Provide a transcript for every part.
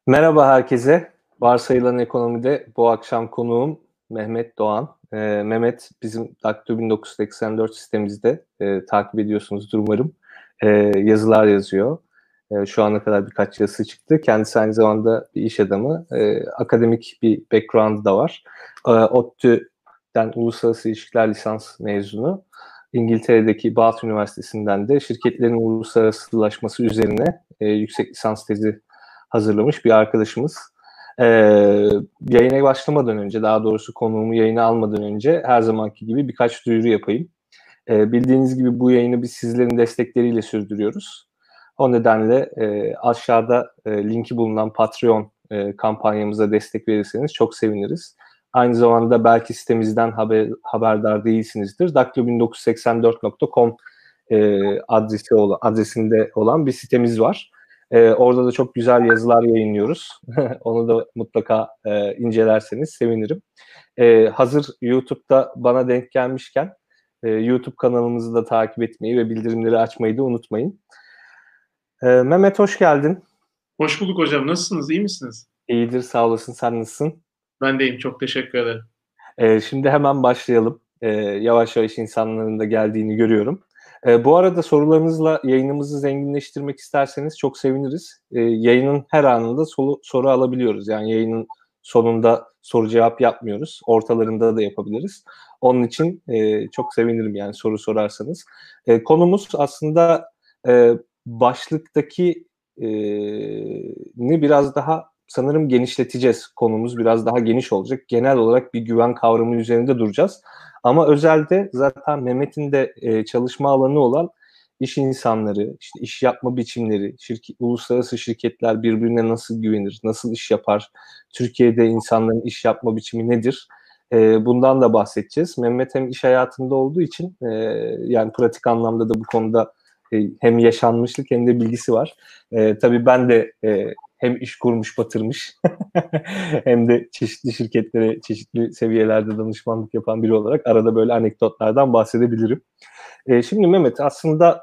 Merhaba herkese. Varsayılan Ekonomi'de bu akşam konuğum Mehmet Doğan. Mehmet bizim Daktilo 1984 sitemizde takip ediyorsunuzdur umarım. Yazılar yazıyor. Şu ana kadar birkaç yazısı çıktı. Kendisi aynı zamanda bir iş adamı. Akademik bir background da var. ODTÜ'den Uluslararası İlişkiler lisans mezunu. İngiltere'deki Bath Üniversitesi'nden de şirketlerin uluslararasılaşması üzerine yüksek lisans tezi hazırlamış bir arkadaşımız. Yayına başlamadan önce, daha doğrusu konuğumu yayına almadan önce her zamanki gibi birkaç duyuru yapayım. Bildiğiniz gibi bu yayını biz sizlerin destekleriyle sürdürüyoruz. O nedenle aşağıda linki bulunan Patreon kampanyamıza destek verirseniz çok seviniriz. Aynı zamanda belki sitemizden haberdar değilsinizdir. daktilo1984.com adresinde olan bir sitemiz var. Orada da çok güzel yazılar yayınlıyoruz. Onu da mutlaka incelerseniz sevinirim. Hazır YouTube'da bana denk gelmişken YouTube kanalımızı da takip etmeyi ve bildirimleri açmayı da unutmayın. Mehmet hoş geldin. Hoş bulduk hocam. Nasılsınız? İyi misiniz? İyidir, sağ olasın. Sen nasılsın? Ben de iyiyim. Çok teşekkür ederim. Şimdi hemen başlayalım. Yavaş yavaş insanların da geldiğini görüyorum. Bu arada sorularınızla yayınımızı zenginleştirmek isterseniz çok seviniriz. Yayının her anında soru alabiliyoruz. Yani yayının sonunda soru cevap yapmıyoruz. Ortalarında da yapabiliriz. Onun için çok sevinirim yani soru sorarsanız. Konumuz aslında başlıktaki ni biraz daha sanırım genişleteceğiz. Konumuz biraz daha geniş olacak. Genel olarak bir güven kavramı üzerinde duracağız. Ama özelde zaten Mehmet'in de çalışma alanı olan iş insanları, işte iş yapma biçimleri, uluslararası şirketler birbirine nasıl güvenir, nasıl iş yapar, Türkiye'de insanların iş yapma biçimi nedir? Bundan da bahsedeceğiz. Mehmet hem iş hayatında olduğu için yani pratik anlamda da bu konuda hem yaşanmışlık hem de bilgisi var. Tabii ben de hem iş kurmuş batırmış hem de çeşitli şirketlere çeşitli seviyelerde danışmanlık yapan biri olarak arada böyle anekdotlardan bahsedebilirim. Şimdi Mehmet aslında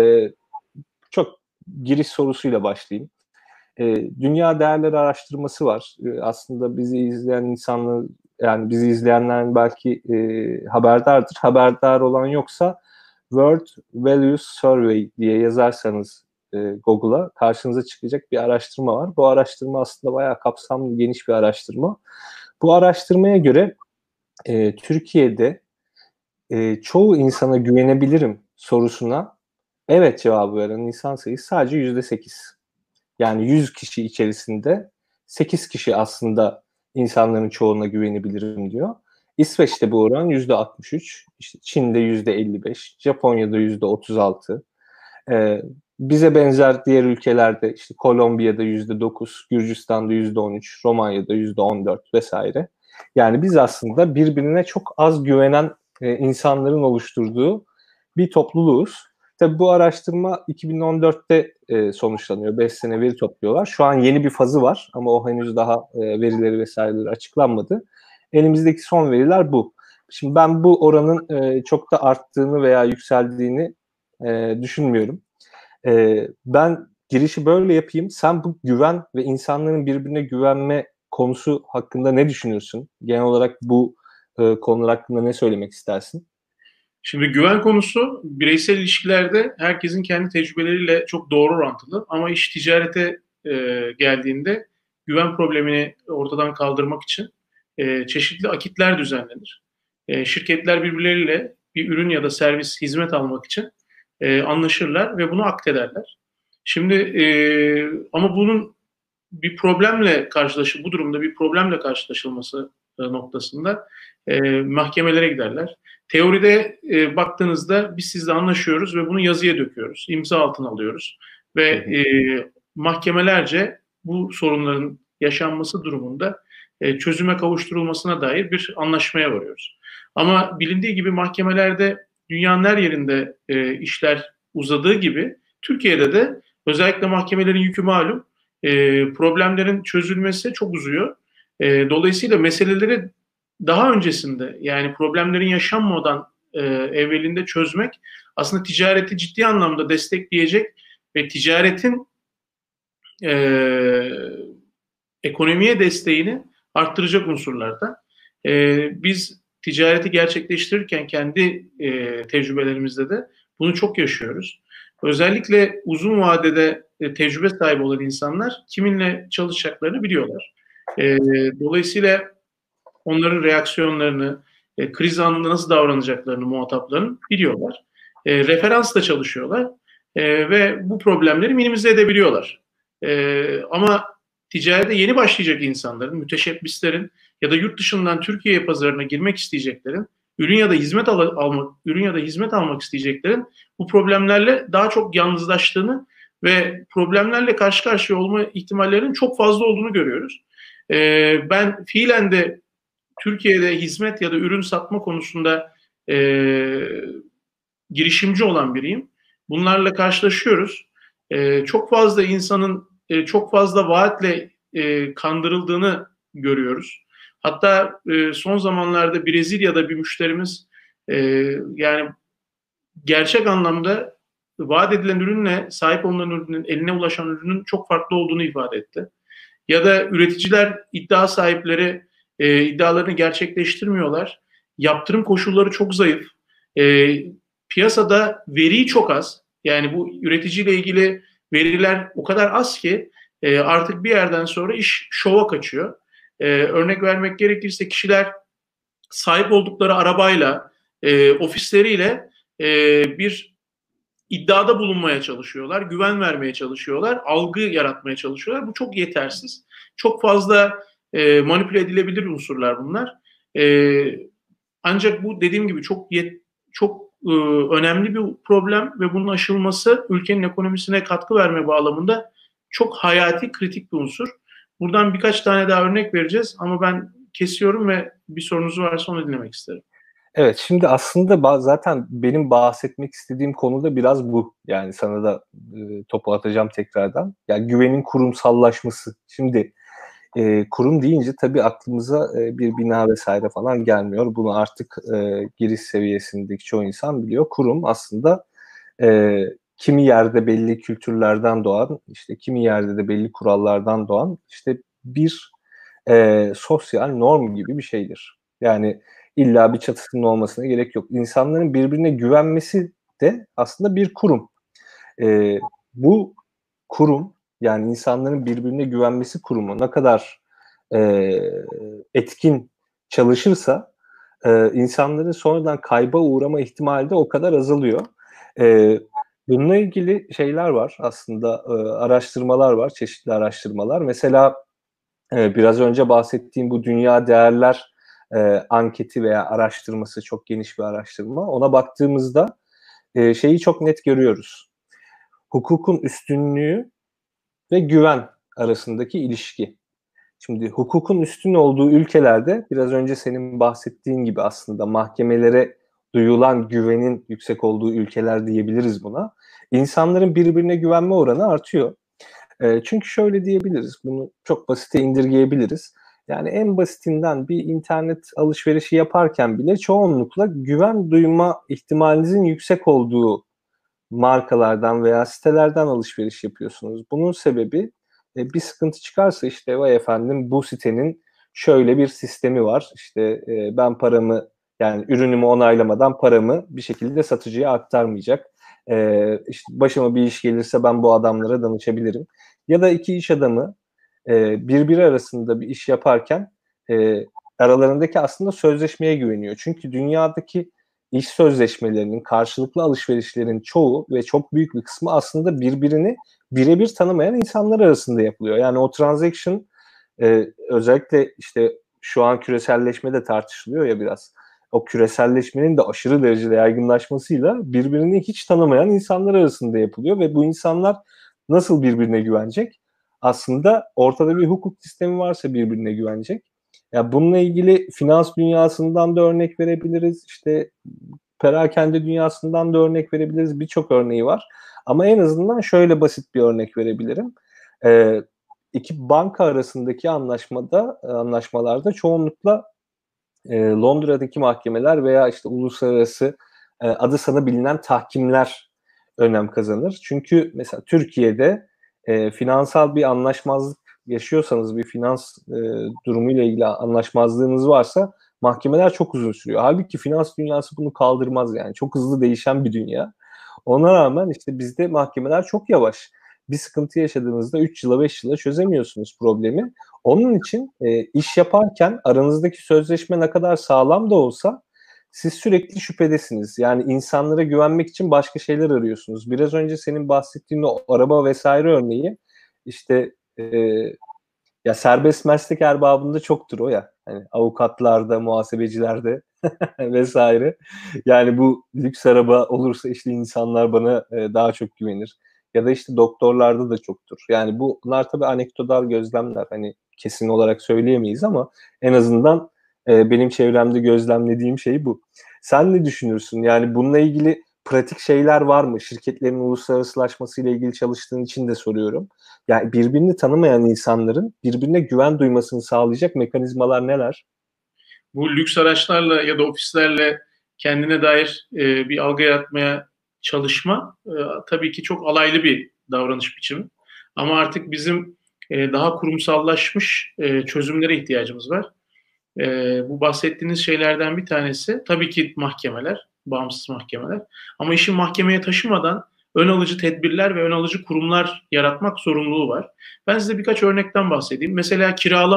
çok giriş sorusuyla başlayayım. Dünya Değerleri Araştırması var. Aslında bizi izleyen insanlar, yani bizi izleyenlerin belki haberdardır. Haberdar olan yoksa World Values Survey diye yazarsanız Google'a karşınıza çıkacak bir araştırma var. Bu araştırma aslında bayağı kapsamlı, geniş bir araştırma. Bu araştırmaya göre Türkiye'de çoğu insana güvenebilirim sorusuna evet cevabı veren insan sayısı sadece %8. Yani 100 kişi içerisinde 8 kişi aslında insanların çoğuna güvenebilirim diyor. İsveç'te bu oran %63, işte Çin'de %55, Japonya'da %36. Bize benzer diğer ülkelerde işte Kolombiya'da %9, Gürcistan'da %13, Romanya'da %14 vesaire. Yani biz aslında birbirine çok az güvenen insanların oluşturduğu bir topluluğuz. Tabii bu araştırma 2014'te sonuçlanıyor. 5 sene veri topluyorlar. Şu an yeni bir fazı var ama o henüz daha verileri vesaireleri açıklanmadı. Elimizdeki son veriler bu. Şimdi ben bu oranın çok da arttığını veya yükseldiğini düşünmüyorum. Ben girişi böyle yapayım. Sen bu güven ve insanların birbirine güvenme konusu hakkında ne düşünüyorsun? Genel olarak bu konular hakkında ne söylemek istersin? Şimdi güven konusu bireysel ilişkilerde herkesin kendi tecrübeleriyle çok doğru orantılı. Ama iş ticarete geldiğinde güven problemini ortadan kaldırmak için çeşitli akitler düzenlenir. Şirketler birbirleriyle bir ürün ya da servis, hizmet almak için anlaşırlar ve bunu akdederler. Şimdi ama bunun bir problemle bu durumda bir problemle karşılaşılması noktasında mahkemelere giderler. Teoride baktığınızda biz sizle anlaşıyoruz ve bunu yazıya döküyoruz, imza altına alıyoruz ve mahkemelerce bu sorunların yaşanması durumunda çözüme kavuşturulmasına dair bir anlaşmaya varıyoruz. Ama bilindiği gibi mahkemelerde dünyanın her yerinde işler uzadığı gibi Türkiye'de de özellikle mahkemelerin yükü malum, problemlerin çözülmesi çok uzuyor. Dolayısıyla meseleleri daha öncesinde, yani problemlerin yaşanmadan evvelinde çözmek aslında ticareti ciddi anlamda destekleyecek ve ticaretin e, ekonomiye desteğini arttıracak unsurlarda. Biz ticareti gerçekleştirirken kendi tecrübelerimizde de bunu çok yaşıyoruz. Özellikle uzun vadede tecrübe sahibi olan insanlar kiminle çalışacaklarını biliyorlar. Dolayısıyla onların reaksiyonlarını, kriz anında nasıl davranacaklarını muhatapların biliyorlar. Referansla çalışıyorlar ve bu problemleri minimize edebiliyorlar. Ama ticarete yeni başlayacak insanların, müteşebbislerin ya da yurt dışından Türkiye pazarına girmek isteyeceklerin, ürün ya da hizmet almak isteyeceklerin bu problemlerle daha çok yalnızlaştığını ve problemlerle karşı karşıya olma ihtimallerinin çok fazla olduğunu görüyoruz. Ben fiilen de Türkiye'de hizmet ya da ürün satma konusunda girişimci olan biriyim. Bunlarla karşılaşıyoruz. Çok fazla insanın çok fazla vaatle kandırıldığını görüyoruz. Hatta son zamanlarda Brezilya'da bir müşterimiz yani gerçek anlamda vaat edilen ürünle sahip olunan ürünün, eline ulaşan ürünün çok farklı olduğunu ifade etti. Ya da üreticiler, iddia sahipleri iddialarını gerçekleştirmiyorlar. Yaptırım koşulları çok zayıf. Piyasada veri çok az. Yani bu üreticiyle ilgili veriler o kadar az ki artık bir yerden sonra iş şova kaçıyor. Örnek vermek gerekirse kişiler sahip oldukları arabayla, ofisleriyle bir iddiada bulunmaya çalışıyorlar, güven vermeye çalışıyorlar, algı yaratmaya çalışıyorlar. Bu çok yetersiz. Çok fazla manipüle edilebilir unsurlar bunlar. Ancak bu dediğim gibi çok önemli bir problem ve bunun aşılması ülkenin ekonomisine katkı verme bağlamında çok hayati, kritik bir unsur. Buradan birkaç tane daha örnek vereceğiz ama ben kesiyorum ve bir sorunuz varsa onu dinlemek isterim. Evet, şimdi aslında zaten benim bahsetmek istediğim konu da biraz bu. Yani sana da topu atacağım tekrardan. Yani güvenin kurumsallaşması. Şimdi kurum deyince tabii aklımıza bir bina vesaire falan gelmiyor. Bunu artık giriş seviyesindeki çoğu insan biliyor. Kurum aslında kimi yerde belli kültürlerden doğan, işte kimi yerde de belli kurallardan doğan işte bir sosyal norm gibi bir şeydir. Yani illa bir çatısının olmasına gerek yok. İnsanların birbirine güvenmesi de aslında bir kurum. Bu kurum, yani insanların birbirine güvenmesi kurumu ne kadar etkin çalışırsa insanların sonradan kayba uğrama ihtimali de o kadar azalıyor. Bununla ilgili şeyler var aslında, araştırmalar var, çeşitli araştırmalar. Mesela biraz önce bahsettiğim bu dünya değerler anketi veya araştırması, çok geniş bir araştırma. Ona baktığımızda şeyi çok net görüyoruz. Hukukun üstünlüğü ve güven arasındaki ilişki. Şimdi hukukun üstün olduğu ülkelerde biraz önce senin bahsettiğin gibi aslında mahkemelere duyulan güvenin yüksek olduğu ülkeler diyebiliriz buna. İnsanların birbirine güvenme oranı artıyor. Çünkü şöyle diyebiliriz, bunu çok basite indirgeyebiliriz. Yani en basitinden bir internet alışverişi yaparken bile çoğunlukla güven duyma ihtimalinizin yüksek olduğu markalardan veya sitelerden alışveriş yapıyorsunuz. Bunun sebebi bir sıkıntı çıkarsa işte vay efendim bu sitenin şöyle bir sistemi var. İşte ben paramı, yani ürünümü onaylamadan paramı bir şekilde satıcıya aktarmayacak. İşte başıma bir iş gelirse ben bu adamlara danışabilirim. Ya da iki iş adamı birbiri arasında bir iş yaparken aralarındaki aslında sözleşmeye güveniyor. Çünkü dünyadaki iş sözleşmelerinin, karşılıklı alışverişlerin çoğu ve çok büyük bir kısmı aslında birbirini birebir tanımayan insanlar arasında yapılıyor. Yani o transaction özellikle işte şu an küreselleşme de tartışılıyor ya biraz. O küreselleşmenin de aşırı derecede yaygınlaşmasıyla birbirini hiç tanımayan insanlar arasında yapılıyor ve bu insanlar nasıl birbirine güvenecek? Aslında ortada bir hukuk sistemi varsa birbirine güvenecek. Ya bununla ilgili finans dünyasından da örnek verebiliriz. İşte perakende dünyasından da örnek verebiliriz. Birçok örneği var. Ama en azından şöyle basit bir örnek verebilirim. İki banka arasındaki anlaşmalarda çoğunlukla Londra'daki mahkemeler veya işte uluslararası adı sana bilinen tahkimler önem kazanır. Çünkü mesela Türkiye'de finansal bir anlaşmazlık yaşıyorsanız, bir finans durumuyla ilgili anlaşmazlığınız varsa mahkemeler çok uzun sürüyor. Halbuki finans dünyası bunu kaldırmaz yani. Çok hızlı değişen bir dünya. Ona rağmen işte bizde mahkemeler çok yavaş. Bir sıkıntı yaşadığınızda 3 yıla 5 yıla çözemiyorsunuz problemi. Onun için iş yaparken aranızdaki sözleşme ne kadar sağlam da olsa siz sürekli şüphedesiniz. Yani insanlara güvenmek için başka şeyler arıyorsunuz. Biraz önce senin bahsettiğin o araba vesaire örneği işte ya serbest meslek erbabında çoktur o ya. Hani avukatlarda, muhasebecilerde vesaire. Yani bu lüks araba olursa işte insanlar bana daha çok güvenir. Ya da işte doktorlarda da çoktur. Yani bunlar tabii anekdotal gözlemler. Hani kesin olarak söyleyemeyiz ama en azından benim çevremde gözlemlediğim şey bu. Sen ne düşünürsün? Yani bununla ilgili pratik şeyler var mı? Şirketlerin uluslararasılaşması ile ilgili çalıştığın için de soruyorum. Yani birbirini tanımayan insanların birbirine güven duymasını sağlayacak mekanizmalar neler? Bu lüks araçlarla ya da ofislerle kendine dair bir algı yaratmaya çalışma tabii ki çok alaylı bir davranış biçimi. Ama artık bizim daha kurumsallaşmış çözümlere ihtiyacımız var. Bu bahsettiğiniz şeylerden bir tanesi tabii ki mahkemeler, bağımsız mahkemeler. Ama işi mahkemeye taşımadan ön alıcı tedbirler ve ön alıcı kurumlar yaratmak zorunluluğu var. Ben size birkaç örnekten bahsedeyim. Mesela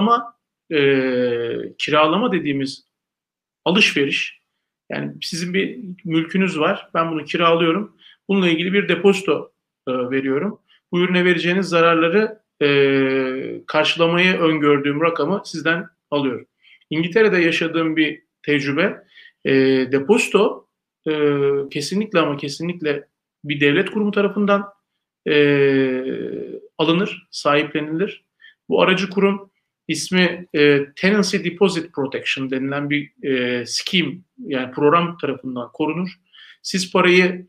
kiralama dediğimiz alışveriş. Yani sizin bir mülkünüz var. Ben bunu kiralıyorum. Bununla ilgili bir depozito veriyorum. Bu ürüne vereceğiniz zararları karşılamayı öngördüğüm rakamı sizden alıyorum. İngiltere'de yaşadığım bir tecrübe. Depozito kesinlikle ama kesinlikle bir devlet kurumu tarafından alınır, sahiplenilir. Bu aracı kurum ismi Tenancy Deposit Protection denilen bir scheme, yani program tarafından korunur. Siz parayı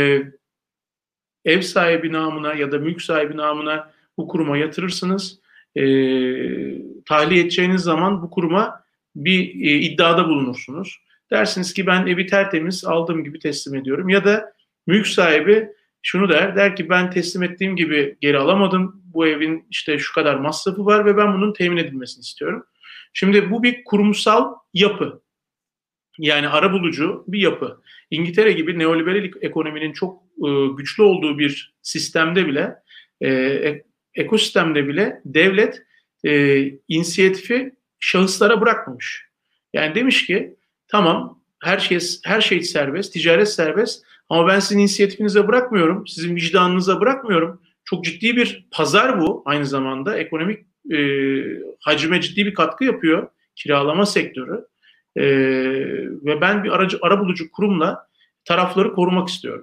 ev sahibi namına ya da mülk sahibi namına bu kuruma yatırırsınız. Tahliye edeceğiniz zaman bu kuruma bir iddiada bulunursunuz. Dersiniz ki ben evi tertemiz aldığım gibi teslim ediyorum. Ya da mülk sahibi şunu der ki ben teslim ettiğim gibi geri alamadım. Bu evin işte şu kadar masrafı var ve ben bunun temin edilmesini istiyorum. Şimdi bu bir kurumsal yapı. Yani arabulucu bir yapı. İngiltere gibi neoliberal ekonominin çok güçlü olduğu bir sistemde bile, ekosistemde bile devlet inisiyatifi şahıslara bırakmamış. Yani demiş ki tamam her şey serbest, ticaret serbest ama ben sizin inisiyatifinize bırakmıyorum, sizin vicdanınıza bırakmıyorum. Çok ciddi bir pazar bu, aynı zamanda ekonomik hacme ciddi bir katkı yapıyor kiralama sektörü. Ve ben bir arabulucu kurumla tarafları korumak istiyorum.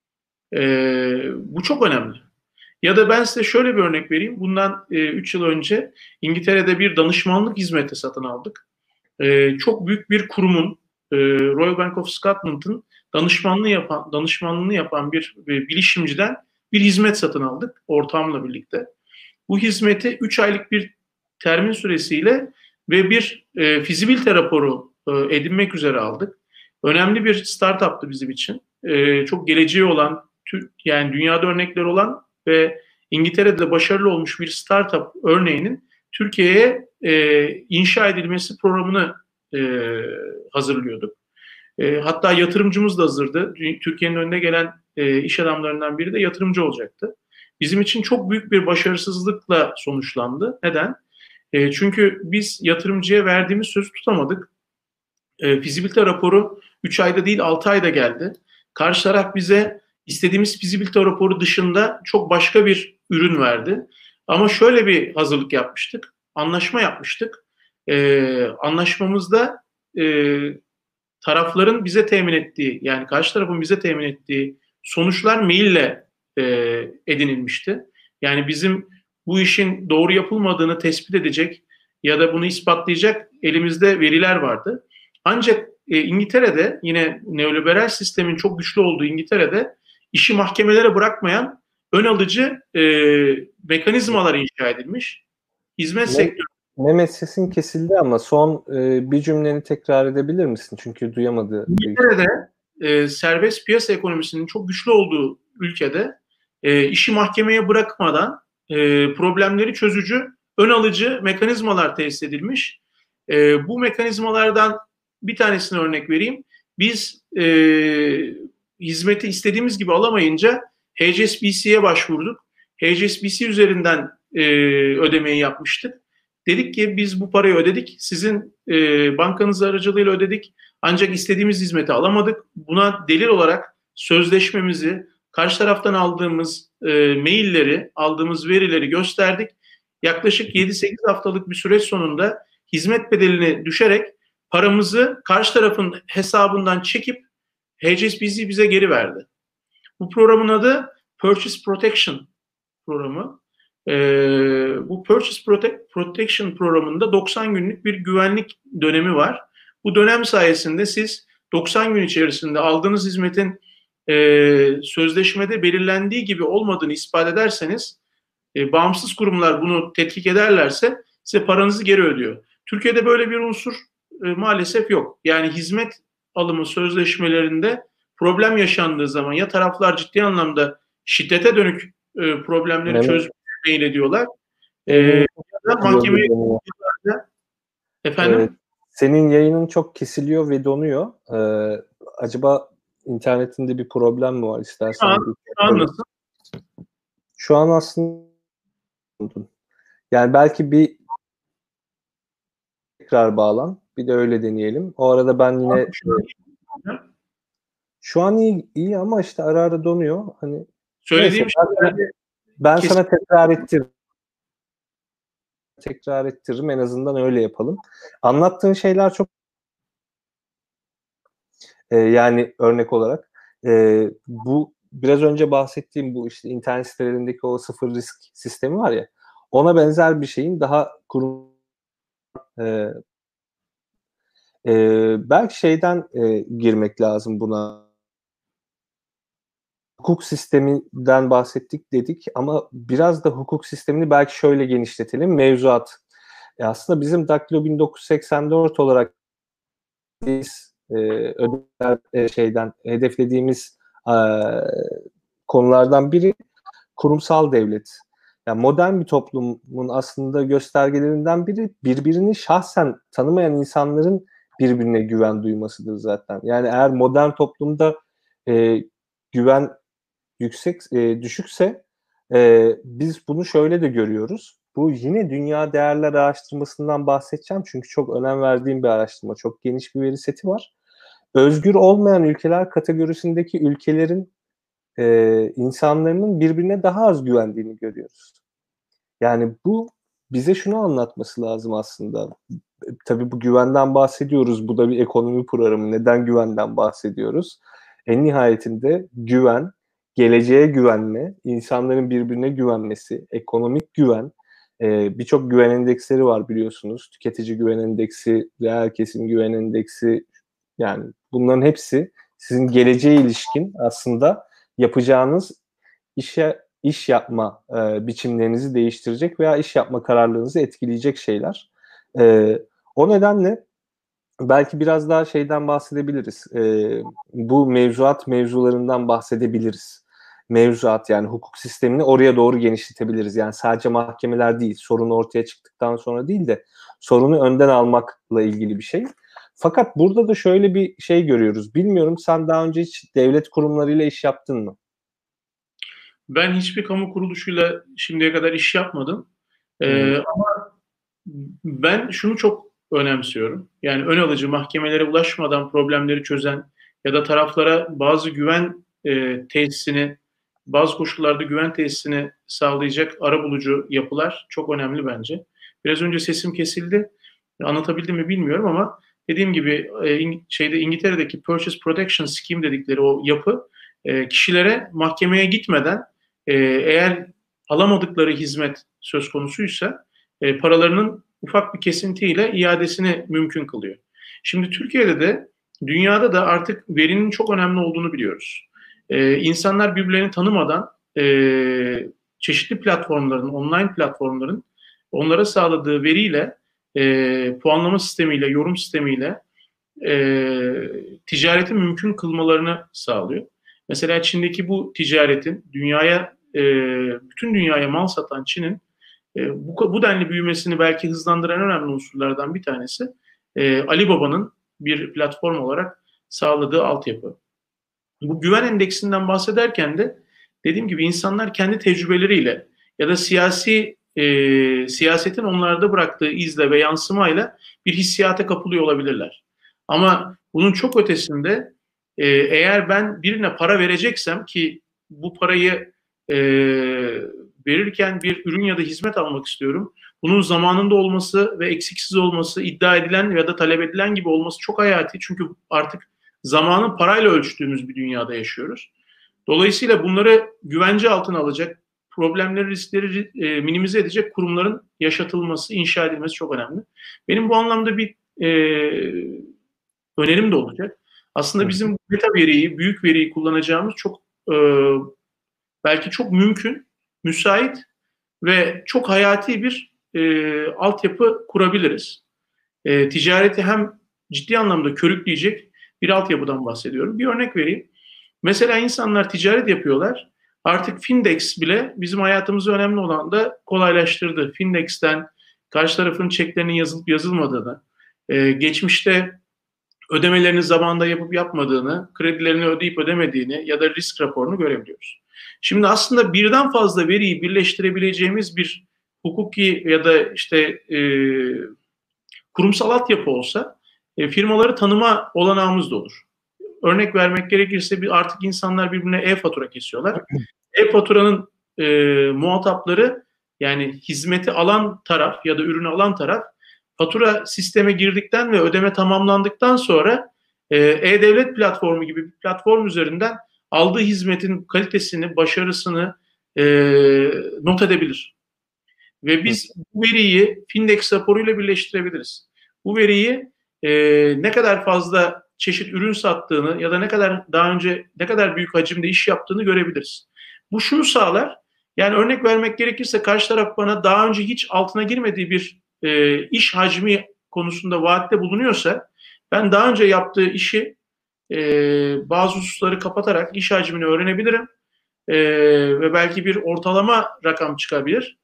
Bu çok önemli. Ya da ben size şöyle bir örnek vereyim. Bundan 3 yıl önce İngiltere'de bir danışmanlık hizmeti satın aldık. Çok büyük bir kurumun, Royal Bank of Scotland'ın danışmanlığını yapan bir bilişimciden bir hizmet satın aldık ortağımla birlikte. Bu hizmeti 3 aylık bir termin süresiyle ve bir fizibilite raporu edinmek üzere aldık. Önemli bir startup'tı bizim için. Çok geleceği olan, yani dünyada örnekleri olan ve İngiltere'de başarılı olmuş bir startup örneğinin Türkiye'ye inşa edilmesi programını hazırlıyorduk. Hatta yatırımcımız da hazırdı. Türkiye'nin önüne gelen iş adamlarından biri de yatırımcı olacaktı. Bizim için çok büyük bir başarısızlıkla sonuçlandı. Neden? Çünkü biz yatırımcıya verdiğimiz sözü tutamadık. Fizibilite raporu 3 ayda değil 6 ayda geldi. Karşı taraf bize istediğimiz fizibilite raporu dışında çok başka bir ürün verdi. Ama şöyle bir hazırlık yapmıştık. Anlaşma yapmıştık. Anlaşmamızda tarafların bize temin ettiği, yani karşı tarafın bize temin ettiği sonuçlar maille edinilmişti. Yani bizim bu işin doğru yapılmadığını tespit edecek ya da bunu ispatlayacak elimizde veriler vardı. Ancak İngiltere'de, yine neoliberal sistemin çok güçlü olduğu İngiltere'de işi mahkemelere bırakmayan ön alıcı mekanizmalar inşa edilmiş. Hizmet sektörü. Mehmet, sesin kesildi ama son bir cümleni tekrar edebilir misin? Çünkü duyamadı. İngiltere'de serbest piyasa ekonomisinin çok güçlü olduğu ülkede işi mahkemeye bırakmadan problemleri çözücü ön alıcı mekanizmalar tesis edilmiş. Bu mekanizmalardan bir tanesini örnek vereyim. Biz hizmeti istediğimiz gibi alamayınca HSBC'ye başvurduk. HSBC üzerinden ödemeyi yapmıştık. Dedik ki biz bu parayı ödedik. Sizin bankanız aracılığıyla ödedik. Ancak istediğimiz hizmeti alamadık. Buna delil olarak sözleşmemizi, karşı taraftan aldığımız mailleri, aldığımız verileri gösterdik. Yaklaşık 7-8 haftalık bir süreç sonunda hizmet bedelini düşerek paramızı karşı tarafın hesabından çekip HSBC bize geri verdi. Bu programın adı Purchase Protection programı. Bu Purchase Protection programında 90 günlük bir güvenlik dönemi var. Bu dönem sayesinde siz 90 gün içerisinde aldığınız hizmetin sözleşmede belirlendiği gibi olmadığını ispat ederseniz, bağımsız kurumlar bunu tetkik ederlerse size paranızı geri ödüyor. Türkiye'de böyle bir unsur maalesef yok. Yani hizmet alımı sözleşmelerinde problem yaşandığı zaman ya taraflar ciddi anlamda şiddete dönük problemleri çözmeye mail ediyorlar. Ya da mahkemeye efendim? Senin yayının çok kesiliyor ve donuyor. Acaba internetinde bir problem mi var? İstersen Şu an nasıl? Şu an aslında yani belki bir tekrar bağlan. Bir de öyle deneyelim. O arada ben yine şu an iyi ama işte ara ara donuyor. Hani söylediğim ben sana tekrar ettiririm. En azından öyle yapalım. Anlattığın şeyler çok yani örnek olarak bu biraz önce bahsettiğim bu işte internet sitelerindeki o sıfır risk sistemi var ya, ona benzer bir şeyin daha belki şeyden girmek lazım buna. Hukuk sisteminden bahsettik dedik ama biraz da hukuk sistemini belki şöyle genişletelim. Mevzuat. Aslında bizim Daktilo 1984 olarak biz hedeflediğimiz konulardan biri kurumsal devlet. Yani modern bir toplumun aslında göstergelerinden biri birbirini şahsen tanımayan insanların birbirine güven duymasıdır zaten. Yani eğer modern toplumda güven düşükse biz bunu şöyle de görüyoruz. Bu yine dünya değerler araştırmasından bahsedeceğim çünkü çok önem verdiğim bir araştırma. Çok geniş bir veri seti var. Özgür olmayan ülkeler kategorisindeki ülkelerin insanların birbirine daha az güvendiğini görüyoruz. Yani bu bize şunu anlatması lazım aslında. Tabii bu güvenden bahsediyoruz. Bu da bir ekonomi programı. Neden güvenden bahsediyoruz? En nihayetinde güven, geleceğe güvenme, insanların birbirine güvenmesi, ekonomik güven, birçok güven endeksleri var biliyorsunuz. Tüketici güven endeksi, reel kesim güven endeksi, yani bunların hepsi sizin geleceğe ilişkin aslında yapacağınız iş yapma biçimlerinizi değiştirecek veya iş yapma kararlarınızı etkileyecek şeyler. O nedenle belki biraz daha şeyden bahsedebiliriz. Bu mevzularından bahsedebiliriz. Mevzuat yani hukuk sistemini oraya doğru genişletebiliriz. Yani sadece mahkemeler değil, sorun ortaya çıktıktan sonra değil de sorunu önden almakla ilgili bir şey. Fakat burada da şöyle bir şey görüyoruz. Bilmiyorum, sen daha önce hiç devlet kurumlarıyla iş yaptın mı? Ben hiçbir kamu kuruluşuyla şimdiye kadar iş yapmadım. Ama ben şunu çok önemsiyorum. Yani ön alıcı mahkemelere ulaşmadan problemleri çözen ya da taraflara bazı güven tesisini, bazı koşullarda güven tesisini sağlayacak arabulucu yapılar çok önemli bence. Biraz önce sesim kesildi. Anlatabildim mi bilmiyorum ama dediğim gibi İngiltere'deki Purchase Protection Scheme dedikleri o yapı kişilere mahkemeye gitmeden eğer alamadıkları hizmet söz konusuysa paralarının ufak bir kesintiyle iadesini mümkün kılıyor. Şimdi Türkiye'de de dünyada da artık verinin çok önemli olduğunu biliyoruz. İnsanlar birbirlerini tanımadan çeşitli platformların, online platformların onlara sağladığı veriyle, puanlama sistemiyle, yorum sistemiyle ticareti mümkün kılmalarını sağlıyor. Mesela Çin'deki bu ticaretin bütün dünyaya mal satan Çin'in Bu denli büyümesini belki hızlandıran önemli unsurlardan bir tanesi Alibaba'nın bir platform olarak sağladığı altyapı. Bu güven endeksinden bahsederken de dediğim gibi insanlar kendi tecrübeleriyle ya da siyasetin onlarda bıraktığı izle ve yansımayla bir hissiyata kapılıyor olabilirler. Ama bunun çok ötesinde eğer ben birine para vereceksem ki bu parayı verirken bir ürün ya da hizmet almak istiyorum. Bunun zamanında olması ve eksiksiz olması, iddia edilen ya da talep edilen gibi olması çok hayati. Çünkü artık zamanın parayla ölçtüğümüz bir dünyada yaşıyoruz. Dolayısıyla bunları güvence altına alacak, problemleri, riskleri minimize edecek kurumların yaşatılması, inşa edilmesi çok önemli. Benim bu anlamda bir önerim de olacak. Aslında bizim meta veriyi, büyük veriyi kullanacağımız çok belki çok mümkün, müsait ve çok hayati bir altyapı kurabiliriz. Ticareti hem ciddi anlamda körükleyecek bir altyapıdan bahsediyorum. Bir örnek vereyim. Mesela insanlar ticaret yapıyorlar. Artık Findex bile bizim hayatımızı önemli olan da kolaylaştırdı. Findex'ten karşı tarafın çeklerinin yazılıp yazılmadığını, geçmişte ödemelerini zamanında yapıp yapmadığını, kredilerini ödeyip ödemediğini ya da risk raporunu görebiliyoruz. Şimdi aslında birden fazla veriyi birleştirebileceğimiz bir hukuki ya da işte kurumsal altyapı olsa firmaları tanıma olanağımız da olur. Örnek vermek gerekirse artık insanlar birbirine e-fatura kesiyorlar. E-faturanın muhatapları yani hizmeti alan taraf ya da ürünü alan taraf fatura sisteme girdikten ve ödeme tamamlandıktan sonra e-devlet platformu gibi bir platform üzerinden aldığı hizmetin kalitesini, başarısını not edebilir. Ve biz bu veriyi Findex raporuyla birleştirebiliriz. Bu veriyi ne kadar fazla çeşit ürün sattığını ya da ne kadar büyük hacimde iş yaptığını görebiliriz. Bu şunu sağlar. Yani örnek vermek gerekirse karşı taraf bana daha önce hiç altına girmediği bir iş hacmi konusunda vaatte bulunuyorsa ben daha önce yaptığı işi bazı hususları kapatarak iş hacmini öğrenebilirim ve belki bir ortalama rakam çıkabilir.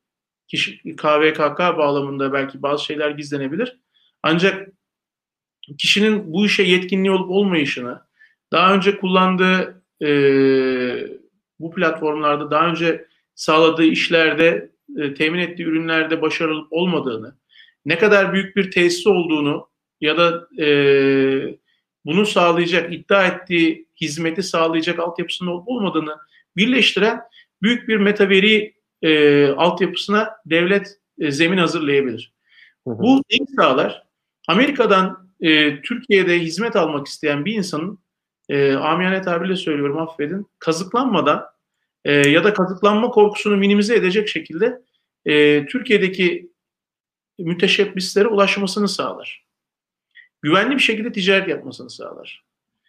KVKK bağlamında belki bazı şeyler gizlenebilir. Ancak kişinin bu işe yetkinliği olup olmayışını, daha önce kullandığı bu platformlarda daha önce sağladığı işlerde, temin ettiği ürünlerde başarılı olmadığını, ne kadar büyük bir tesisi olduğunu ya da bunu sağlayacak, iddia ettiği hizmeti sağlayacak altyapısının olup olmadığını birleştiren büyük bir meta veri altyapısına devlet zemin hazırlayabilir. Bu neyi sağlar? Amerika'dan Türkiye'de hizmet almak isteyen bir insanın amiyane tabirle söylüyorum affedin kazıklanmadan ya da kazıklanma korkusunu minimize edecek şekilde Türkiye'deki müteşebbislere ulaşmasını sağlar. Güvenli bir şekilde ticaret yapmasını sağlar.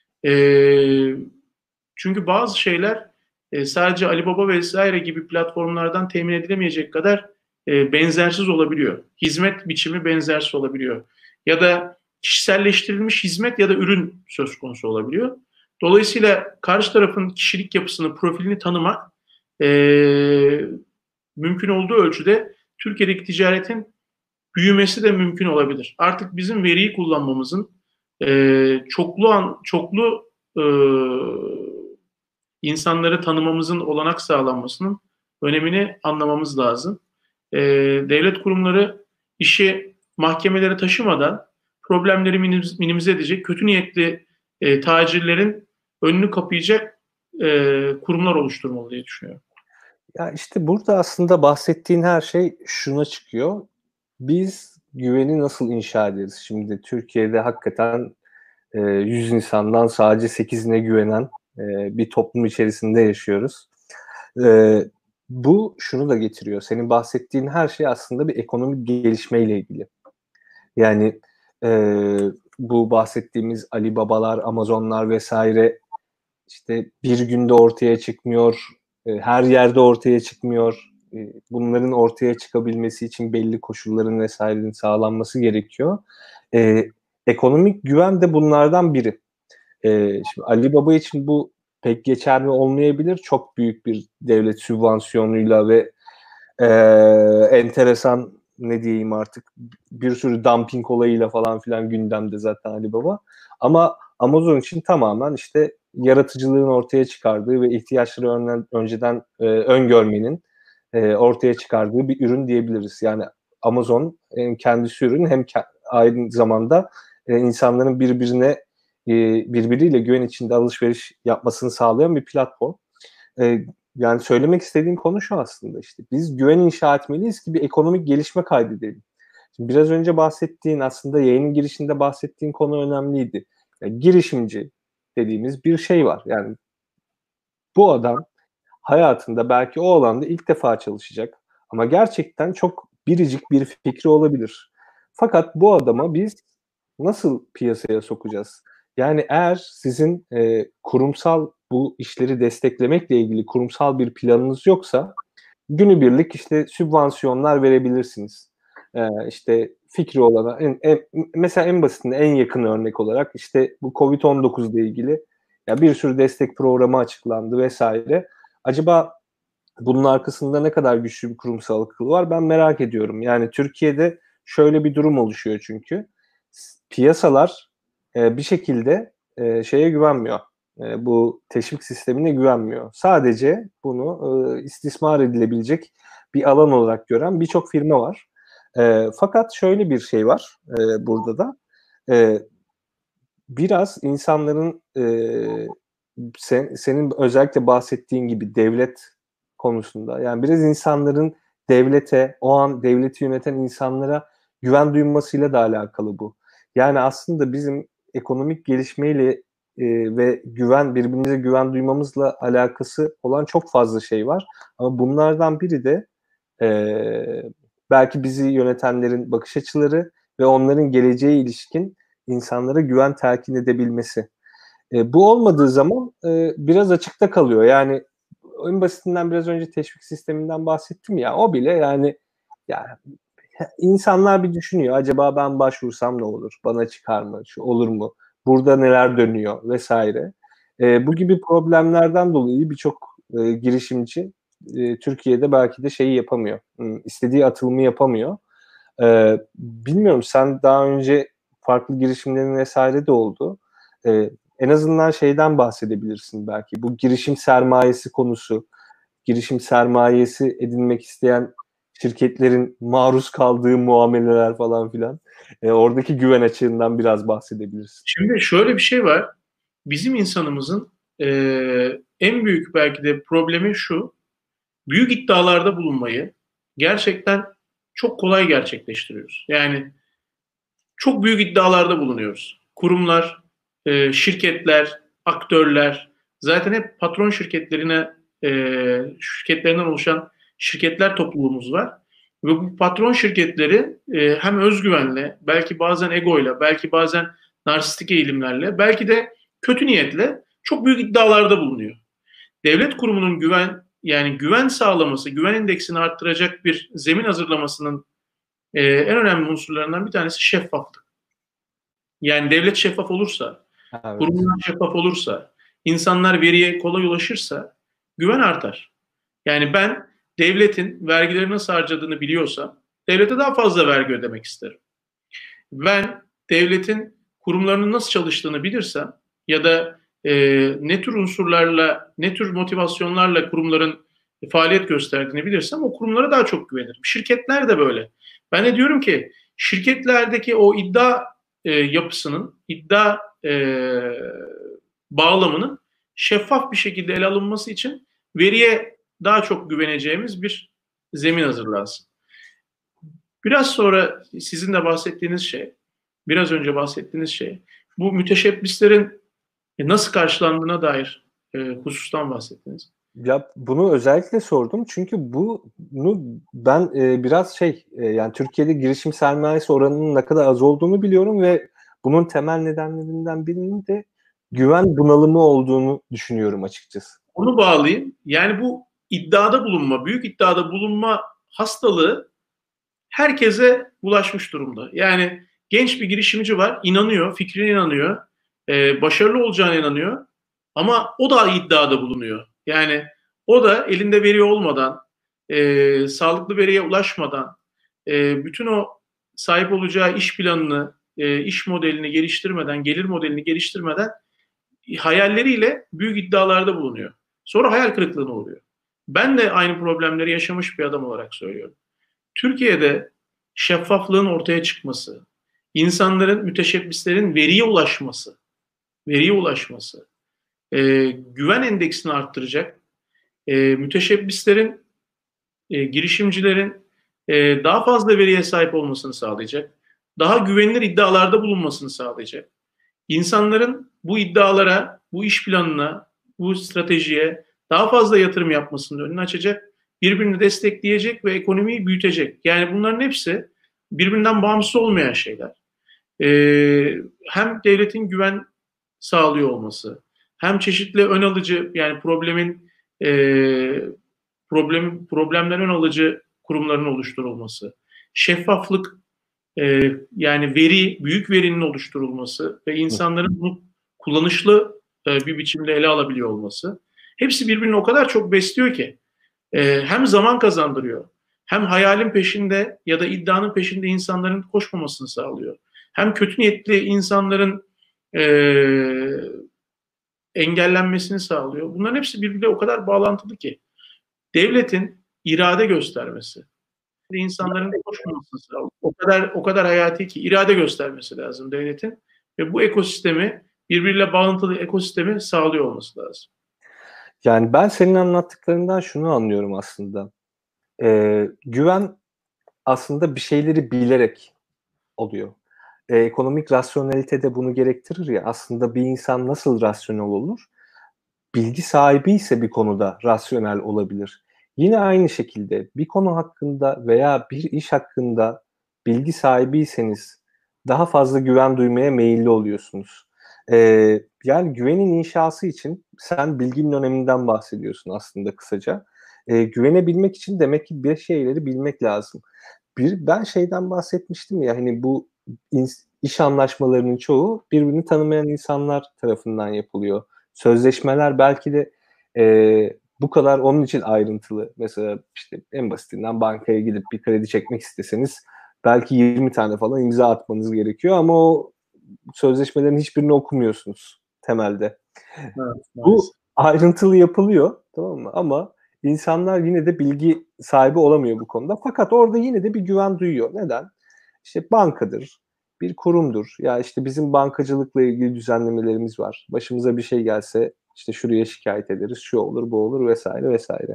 Çünkü bazı şeyler sadece Alibaba vesaire gibi platformlardan temin edilemeyecek kadar benzersiz olabiliyor. Hizmet biçimi benzersiz olabiliyor. Ya da kişiselleştirilmiş hizmet ya da ürün söz konusu olabiliyor. Dolayısıyla karşı tarafın kişilik yapısını, profilini tanımak mümkün olduğu ölçüde Türkiye'deki ticaretin büyümesi de mümkün olabilir. Artık bizim veriyi kullanmamızın çoklu insanları tanımamızın olanak sağlanmasının önemini anlamamız lazım. Devlet kurumları işi mahkemelere taşımadan problemleri minimize edecek, kötü niyetli tacirlerin önünü kapayacak kurumlar oluşturmalı diye düşünüyorum. Ya işte burada aslında bahsettiğin her şey şuna çıkıyor. Biz güveni nasıl inşa ederiz? Şimdi Türkiye'de hakikaten 100 insandan sadece 8'ine güvenen bir toplum içerisinde yaşıyoruz. Bu şunu da getiriyor. Senin bahsettiğin her şey aslında bir ekonomik gelişmeyle ilgili. Yani bu bahsettiğimiz Alibabalar, Amazonlar vesaire işte bir günde ortaya çıkmıyor, her yerde ortaya çıkmıyor. Bunların ortaya çıkabilmesi için belli koşulların vesairenin sağlanması gerekiyor. Ekonomik güven de bunlardan biri. Şimdi Alibaba için bu pek geçerli olmayabilir. Çok büyük bir devlet sübvansiyonuyla ve e, enteresan, ne diyeyim artık, bir sürü dumping olayıyla falan filan gündemde zaten Alibaba. Ama Amazon için tamamen işte yaratıcılığın ortaya çıkardığı ve ihtiyaçları önceden öngörmenin ortaya çıkardığı bir ürün diyebiliriz. Yani Amazon hem kendisi ürün hem aynı zamanda insanların birbiriyle güven içinde alışveriş yapmasını sağlayan bir platform. Yani söylemek istediğim konu şu aslında, işte biz güven inşa etmeliyiz ki bir ekonomik gelişme kaydedelim. Şimdi biraz önce bahsettiğin, aslında yayının girişinde bahsettiğin konu önemliydi. Yani girişimci dediğimiz bir şey var. Yani bu adam hayatında belki o alanda ilk defa çalışacak ama gerçekten çok biricik bir fikri olabilir. Fakat bu adama biz nasıl piyasaya sokacağız? Yani eğer sizin kurumsal bu işleri desteklemekle ilgili kurumsal bir planınız yoksa günübirlik işte sübvansiyonlar verebilirsiniz. İşte fikri olana mesela en basitinde, en yakın örnek olarak işte bu Covid-19 ile ilgili ya bir sürü destek programı açıklandı vesaire. Acaba bunun arkasında ne kadar güçlü bir kurumsal akıl var, ben merak ediyorum. Yani Türkiye'de şöyle bir durum oluşuyor çünkü. Piyasalar bir şekilde şeye güvenmiyor. Bu teşvik sistemine güvenmiyor. Sadece bunu istismar edilebilecek bir alan olarak gören birçok firma var. Fakat şöyle bir şey var burada da. Biraz insanların senin özellikle bahsettiğin gibi devlet konusunda, yani biraz insanların devlete, o an devleti yöneten insanlara güven duymasıyla da alakalı bu. Yani aslında bizim ekonomik gelişmeyle ve birbirimize güven duymamızla alakası olan çok fazla şey var. Ama bunlardan biri de belki bizi yönetenlerin bakış açıları ve onların geleceğe ilişkin insanlara güven telkin edebilmesi. Bu olmadığı zaman biraz açıkta kalıyor. Yani en basitinden biraz önce teşvik sisteminden bahsettim ya, o bile yani insanlar bir düşünüyor. Acaba ben başvursam ne olur? Bana çıkar mı? Şu olur mu? Burada neler dönüyor vesaire. Bu gibi problemlerden dolayı birçok girişimci Türkiye'de belki de şeyi yapamıyor. İstediği atılımı yapamıyor. Bilmiyorum, sen daha önce farklı girişimlerin vesaire de oldu. En azından şeyden bahsedebilirsin belki. Bu girişim sermayesi konusu, girişim sermayesi edinmek isteyen şirketlerin maruz kaldığı muameleler falan filan. Oradaki güven açığından biraz bahsedebilirsin. Şimdi şöyle bir şey var. Bizim insanımızın en büyük belki de problemi şu. Büyük iddialarda bulunmayı gerçekten çok kolay gerçekleştiriyoruz. Yani çok büyük iddialarda bulunuyoruz. Kurumlar, şirketler, aktörler, zaten hep patron şirketlerinden oluşan şirketler topluluğumuz var. Ve bu patron şirketleri hem özgüvenle, belki bazen egoyla, belki bazen narsistik eğilimlerle, belki de kötü niyetle çok büyük iddialarda bulunuyor. Devlet kurumunun güven sağlaması, güven indeksini arttıracak bir zemin hazırlamasının en önemli unsurlarından bir tanesi şeffaflık. Yani devlet şeffaf olursa, Evet. kurumlar şeffaf olursa, insanlar veriye kolay ulaşırsa güven artar. Yani ben devletin vergileri nasıl harcadığını biliyorsam devlete daha fazla vergi ödemek isterim. Ben devletin kurumlarının nasıl çalıştığını bilirsem ya da ne tür unsurlarla, ne tür motivasyonlarla kurumların faaliyet gösterdiğini bilirsem o kurumlara daha çok güvenirim. Şirketler de böyle. Ben de diyorum ki şirketlerdeki o iddia yapısının, iddia bağlamının şeffaf bir şekilde ele alınması için veriye daha çok güveneceğimiz bir zemin hazırlansın. Biraz sonra sizin de bahsettiğiniz şey, biraz önce bahsettiğiniz şey, bu müteşebbislerin nasıl karşılandığına dair husustan bahsettiniz. Ya bunu özellikle sordum çünkü bunu ben biraz yani Türkiye'de girişim sermayesi oranının ne kadar az olduğunu biliyorum ve bunun temel nedenlerinden birinin de güven bunalımı olduğunu düşünüyorum açıkçası. Onu bağlayayım. Yani bu iddiada bulunma, büyük iddiada bulunma hastalığı herkese bulaşmış durumda. Yani genç bir girişimci var, inanıyor, fikrine inanıyor, başarılı olacağına inanıyor ama o da iddiada bulunuyor. Yani o da elinde veri olmadan, sağlıklı veriye ulaşmadan bütün o sahip olacağı iş planını, iş modelini geliştirmeden, gelir modelini geliştirmeden hayalleriyle büyük iddialarda bulunuyor. Sonra hayal kırıklığına uğruyor. Ben de aynı problemleri yaşamış bir adam olarak söylüyorum. Türkiye'de şeffaflığın ortaya çıkması, insanların, müteşebbislerin veriye ulaşması, güven endeksini arttıracak, müteşebbislerin, girişimcilerin daha fazla veriye sahip olmasını sağlayacak, daha güvenilir iddialarda bulunmasını sağlayacak. İnsanların bu iddialara, bu iş planına, bu stratejiye daha fazla yatırım yapmasının önünü açacak, birbirini destekleyecek ve ekonomiyi büyütecek. Yani bunların hepsi birbirinden bağımsız olmayan şeyler. Hem devletin güven sağlıyor olması, hem çeşitli ön alıcı, yani problemden ön alıcı kurumların oluşturulması, şeffaflık, yani büyük verinin oluşturulması ve insanların bunu kullanışlı bir biçimde ele alabiliyor olması, hepsi birbirini o kadar çok besliyor ki hem zaman kazandırıyor, hem hayalin peşinde ya da iddianın peşinde insanların koşmamasını sağlıyor. Hem kötü niyetli insanların e, engellenmesini sağlıyor. Bunların hepsi birbiriyle o kadar bağlantılı ki devletin irade göstermesi, insanların koşmamasını sağlıyor. O kadar hayati ki irade göstermesi lazım devletin ve bu ekosistemi, birbiriyle bağlantılı ekosistemi sağlıyor olması lazım. Yani ben senin anlattıklarından şunu anlıyorum aslında. Güven aslında bir şeyleri bilerek oluyor. Ekonomik rasyonelite de bunu gerektirir ya. Aslında bir insan nasıl rasyonel olur? Bilgi sahibi ise bir konuda rasyonel olabilir. Yine aynı şekilde bir konu hakkında veya bir iş hakkında bilgi sahibiyseniz daha fazla güven duymaya meyilli oluyorsunuz. Yani güvenin inşası için sen bilginin öneminden bahsediyorsun aslında kısaca. Güvenebilmek için demek ki bir şeyleri bilmek lazım. Ben şeyden bahsetmiştim ya, hani bu iş anlaşmalarının çoğu birbirini tanımayan insanlar tarafından yapılıyor. Sözleşmeler belki de bu kadar onun için ayrıntılı. Mesela işte en basitinden bankaya gidip bir kredi çekmek isteseniz belki 20 tane falan imza atmanız gerekiyor ama o sözleşmelerin hiçbirini okumuyorsunuz temelde. Evet, Bu ayrıntılı yapılıyor, tamam mı? Ama insanlar yine de bilgi sahibi olamıyor bu konuda. Fakat orada yine de bir güven duyuyor. Neden? İşte bankadır, bir kurumdur. Ya işte bizim bankacılıkla ilgili düzenlemelerimiz var. Başımıza bir şey gelse işte şuraya şikayet ederiz, şu olur, bu olur vesaire vesaire.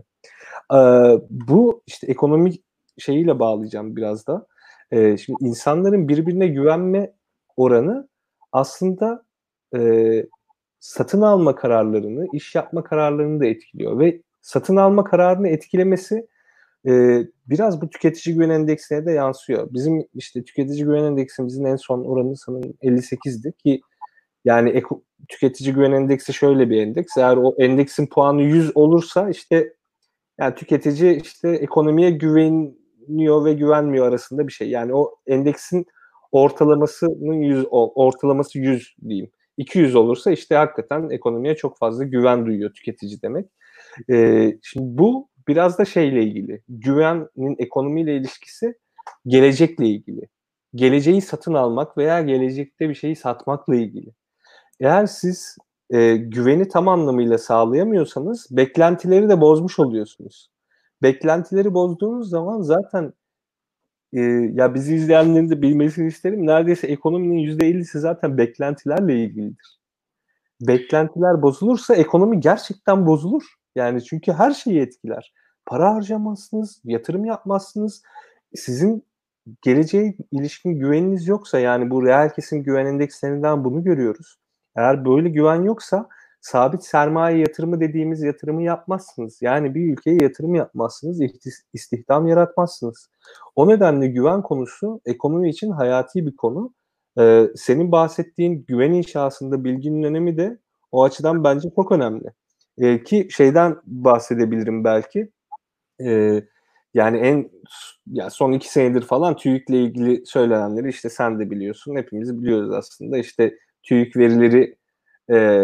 Bu işte ekonomik şeyiyle bağlayacağım biraz da. Şimdi insanların birbirine güvenme oranı aslında satın alma kararlarını, iş yapma kararlarını da etkiliyor ve satın alma kararını etkilemesi biraz bu tüketici güven endeksine de yansıyor. Bizim işte tüketici güven endeksimizin en son oranı sanırım 58'di ki yani tüketici güven endeksi şöyle bir endeks. Eğer o endeksin puanı 100 olursa işte yani tüketici işte ekonomiye güveniyor ve güvenmiyor arasında bir şey. Yani o endeksin ortalaması 100 diyeyim. 200 olursa işte hakikaten ekonomiye çok fazla güven duyuyor tüketici demek. Şimdi bu biraz da şeyle ilgili. Güvenin ekonomiyle ilişkisi gelecekle ilgili. Geleceği satın almak veya gelecekte bir şeyi satmakla ilgili. Eğer siz güveni tam anlamıyla sağlayamıyorsanız beklentileri de bozmuş oluyorsunuz. Beklentileri bozduğunuz zaman zaten ya bizi izleyenlerin de bilmesini isterim. Neredeyse ekonominin %50'si zaten beklentilerle ilgilidir. Beklentiler bozulursa ekonomi gerçekten bozulur. Yani çünkü her şeyi etkiler. Para harcamazsınız, yatırım yapmazsınız. Sizin geleceğe ilişkin güveniniz yoksa, yani bu reel kesim güven endekslerinden bunu görüyoruz. Eğer böyle güven yoksa sabit sermaye yatırımı dediğimiz yatırımı yapmazsınız. Yani bir ülkeye yatırım yapmazsınız, istihdam yaratmazsınız. O nedenle güven konusu ekonomi için hayati bir konu. Senin bahsettiğin güven inşasında bilginin önemi de o açıdan bence çok önemli. Ki şeyden bahsedebilirim belki. Yani son 2 senedir falan TÜİK'le ilgili söylenenleri işte sen de biliyorsun, hepimiz biliyoruz aslında. İşte TÜİK verileri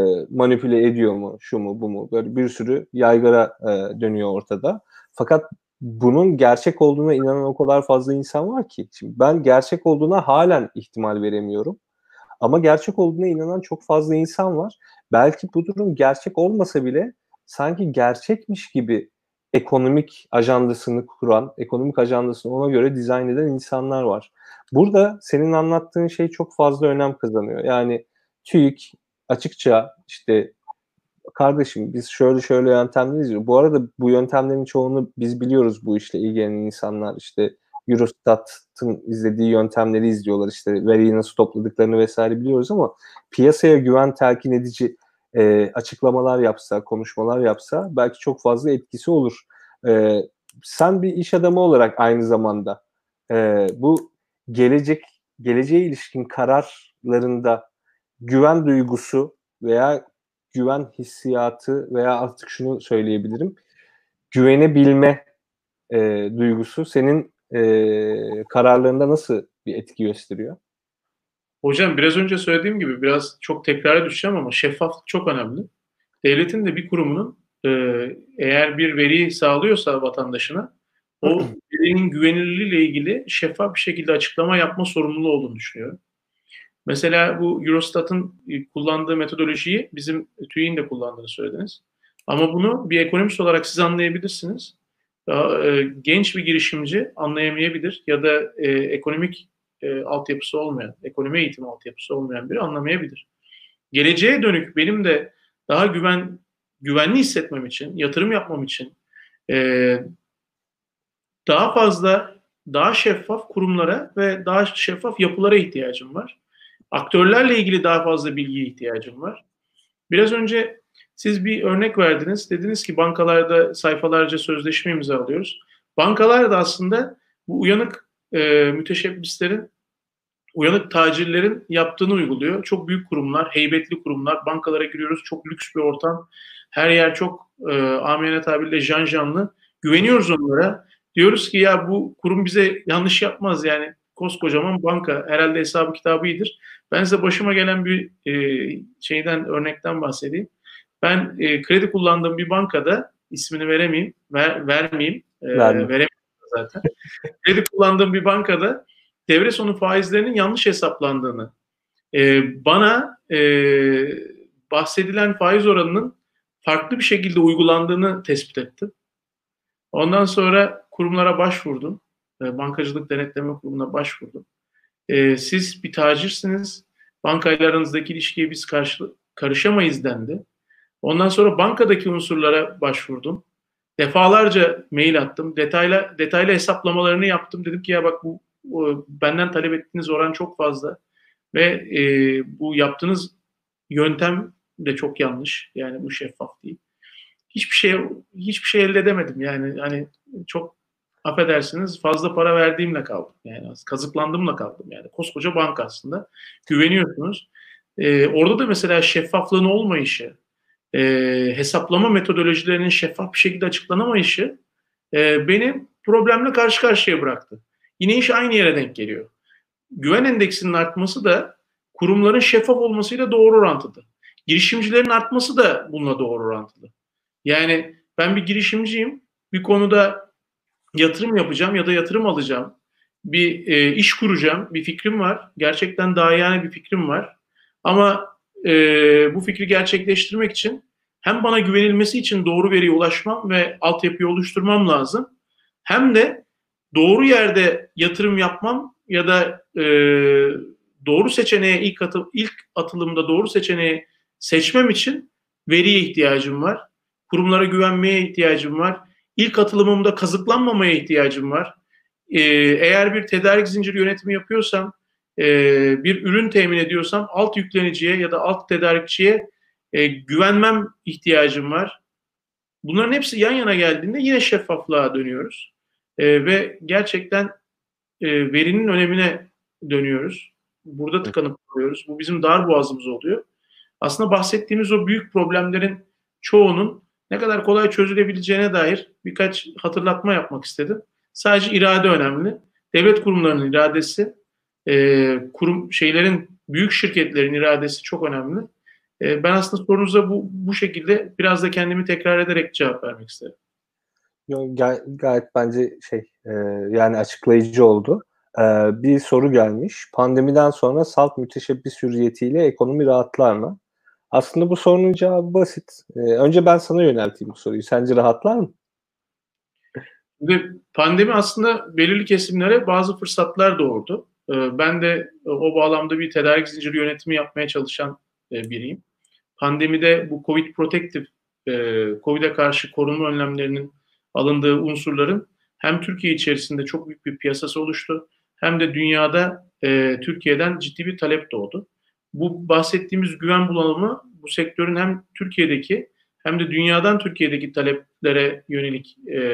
manipüle ediyor mu, şu mu, bu mu, böyle bir sürü yaygara dönüyor ortada. Fakat bunun gerçek olduğuna inanan o kadar fazla insan var ki. Şimdi ben gerçek olduğuna halen ihtimal veremiyorum. Ama gerçek olduğuna inanan çok fazla insan var. Belki bu durum gerçek olmasa bile sanki gerçekmiş gibi ekonomik ajandasını kuran, ekonomik ajandasını ona göre dizayn eden insanlar var. Burada senin anlattığın şey çok fazla önem kazanıyor. Yani TÜİK açıkça işte kardeşim biz şöyle şöyle yöntemler izliyoruz. Bu arada bu yöntemlerin çoğunu biz biliyoruz, bu işle ilgilenen insanlar. İşte Eurostat'ın izlediği yöntemleri izliyorlar. İşte veriyi nasıl topladıklarını vesaire biliyoruz ama piyasaya güven telkin edici açıklamalar yapsa, konuşmalar yapsa belki çok fazla etkisi olur. Sen bir iş adamı olarak aynı zamanda bu geleceğe ilişkin kararlarında güven duygusu veya güven hissiyatı veya artık şunu söyleyebilirim, güvenebilme duygusu senin kararlarında nasıl bir etki gösteriyor? Hocam biraz önce söylediğim gibi biraz çok tekrara düşeceğim ama şeffaflık çok önemli. Devletin de bir kurumunun eğer bir veriyi sağlıyorsa vatandaşına o verinin güvenilirliğiyle ilgili şeffaf bir şekilde açıklama yapma sorumluluğu olduğunu düşünüyorum. Mesela bu Eurostat'ın kullandığı metodolojiyi bizim TÜİK'in de kullandığını söylediniz. Ama bunu bir ekonomist olarak siz anlayabilirsiniz. Daha, genç bir girişimci anlayamayabilir ya da ekonomik altyapısı olmayan, ekonomi eğitimi altyapısı olmayan biri anlamayabilir. Geleceğe dönük benim de daha güvenli hissetmem için, yatırım yapmam için e, daha fazla, daha şeffaf kurumlara ve daha şeffaf yapılara ihtiyacım var. Aktörlerle ilgili daha fazla bilgiye ihtiyacım var. Biraz önce siz bir örnek verdiniz. Dediniz ki bankalarda sayfalarca sözleşme imzalıyoruz. Bankalar da aslında bu uyanık müteşebbislerin, uyanık tacirlerin yaptığını uyguluyor. Çok büyük kurumlar, heybetli kurumlar. Bankalara giriyoruz. Çok lüks bir ortam. Her yer çok amiyane tabirle janjanlı. Güveniyoruz onlara. Diyoruz ki ya bu kurum bize yanlış yapmaz yani. Koskocaman banka. Herhalde hesabı kitabı iyidir. Ben size başıma gelen bir örnekten bahsedeyim. Ben kredi kullandığım bir bankada ismini vermeyeyim. Verme. Veremem zaten. Kredi kullandığım bir bankada devre sonu faizlerinin yanlış hesaplandığını, bana bahsedilen faiz oranının farklı bir şekilde uygulandığını tespit ettim. Ondan sonra kurumlara başvurdum. Bankacılık Denetleme Kurumu'na başvurdum. Siz bir tacirsiniz. Bankayla aranızdaki ilişkiye biz karışamayız dendi. Ondan sonra bankadaki unsurlara başvurdum. Defalarca mail attım. Detaylı hesaplamalarını yaptım. Dedim ki ya bak bu benden talep ettiğiniz oran çok fazla ve bu yaptığınız yöntem de çok yanlış. Yani bu şeffaf değil. Hiçbir şey elde edemedim. Yani hani çok affedersiniz fazla para verdiğimle kaldım. Yani kazıklandığımla kaldım. Yani koskoca banka aslında. Güveniyorsunuz. Orada da mesela şeffaflığın olmayışı, hesaplama metodolojilerinin şeffaf bir şekilde açıklanamayışı beni problemle karşı karşıya bıraktı. Yine iş aynı yere denk geliyor. Güven endeksinin artması da kurumların şeffaf olmasıyla doğru orantılı. Girişimcilerin artması da bununla doğru orantılı. Yani ben bir girişimciyim. Bir konuda yatırım yapacağım ya da yatırım alacağım. Bir iş kuracağım. Bir fikrim var. Gerçekten dahiyane bir fikrim var. Ama bu fikri gerçekleştirmek için hem bana güvenilmesi için doğru veriye ulaşmam ve altyapıyı oluşturmam lazım. Hem de doğru yerde yatırım yapmam ya da doğru seçeneğe ilk atılımda doğru seçeneği seçmem için veriye ihtiyacım var. Kurumlara güvenmeye ihtiyacım var. İlk atılımımda kazıklanmamaya ihtiyacım var. Eğer bir tedarik zinciri yönetimi yapıyorsam, bir ürün temin ediyorsam alt yükleniciye ya da alt tedarikçiye güvenmem ihtiyacım var. Bunların hepsi yan yana geldiğinde yine şeffaflığa dönüyoruz. Ve gerçekten verinin önemine dönüyoruz. Burada tıkanıp kalıyoruz. Bu bizim dar boğazımız oluyor. Aslında bahsettiğimiz o büyük problemlerin çoğunun ne kadar kolay çözülebileceğine dair birkaç hatırlatma yapmak istedim. Sadece irade önemli. Devlet kurumlarının iradesi, büyük şirketlerin iradesi çok önemli. Ben aslında sorunuza bu şekilde biraz da kendimi tekrar ederek cevap vermek isterim. Gayet bence yani açıklayıcı oldu. Bir soru gelmiş. Pandemiden sonra salt müteşebbis hürriyetiyle ekonomi rahatlar mı? Aslında bu sorunun cevabı basit. Önce ben sana yönelteyim bu soruyu. Sence rahatlar mı? Ve pandemi aslında belirli kesimlere bazı fırsatlar doğurdu. Ben de o bağlamda bir tedarik zinciri yönetimi yapmaya çalışan biriyim. Pandemide bu Covid Protective, Covid'e karşı korunma önlemlerinin alındığı unsurların hem Türkiye içerisinde çok büyük bir piyasası oluştu, hem de dünyada Türkiye'den ciddi bir talep doğdu. Bu bahsettiğimiz güven bunalımı bu sektörün hem Türkiye'deki hem de dünyadan Türkiye'deki taleplere yönelik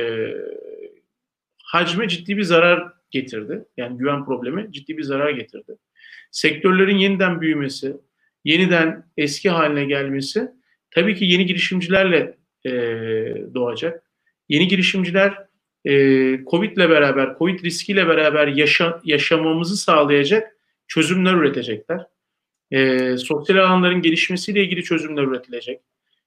hacme ciddi bir zarar getirdi. Yani güven problemi ciddi bir zarar getirdi. Sektörlerin yeniden büyümesi, yeniden eski haline gelmesi tabii ki yeni girişimcilerle doğacak. Yeni girişimciler Covid'le beraber, Covid riskiyle beraber yaşamamızı sağlayacak çözümler üretecekler. Sosyal alanların gelişmesiyle ilgili çözümler üretilecek.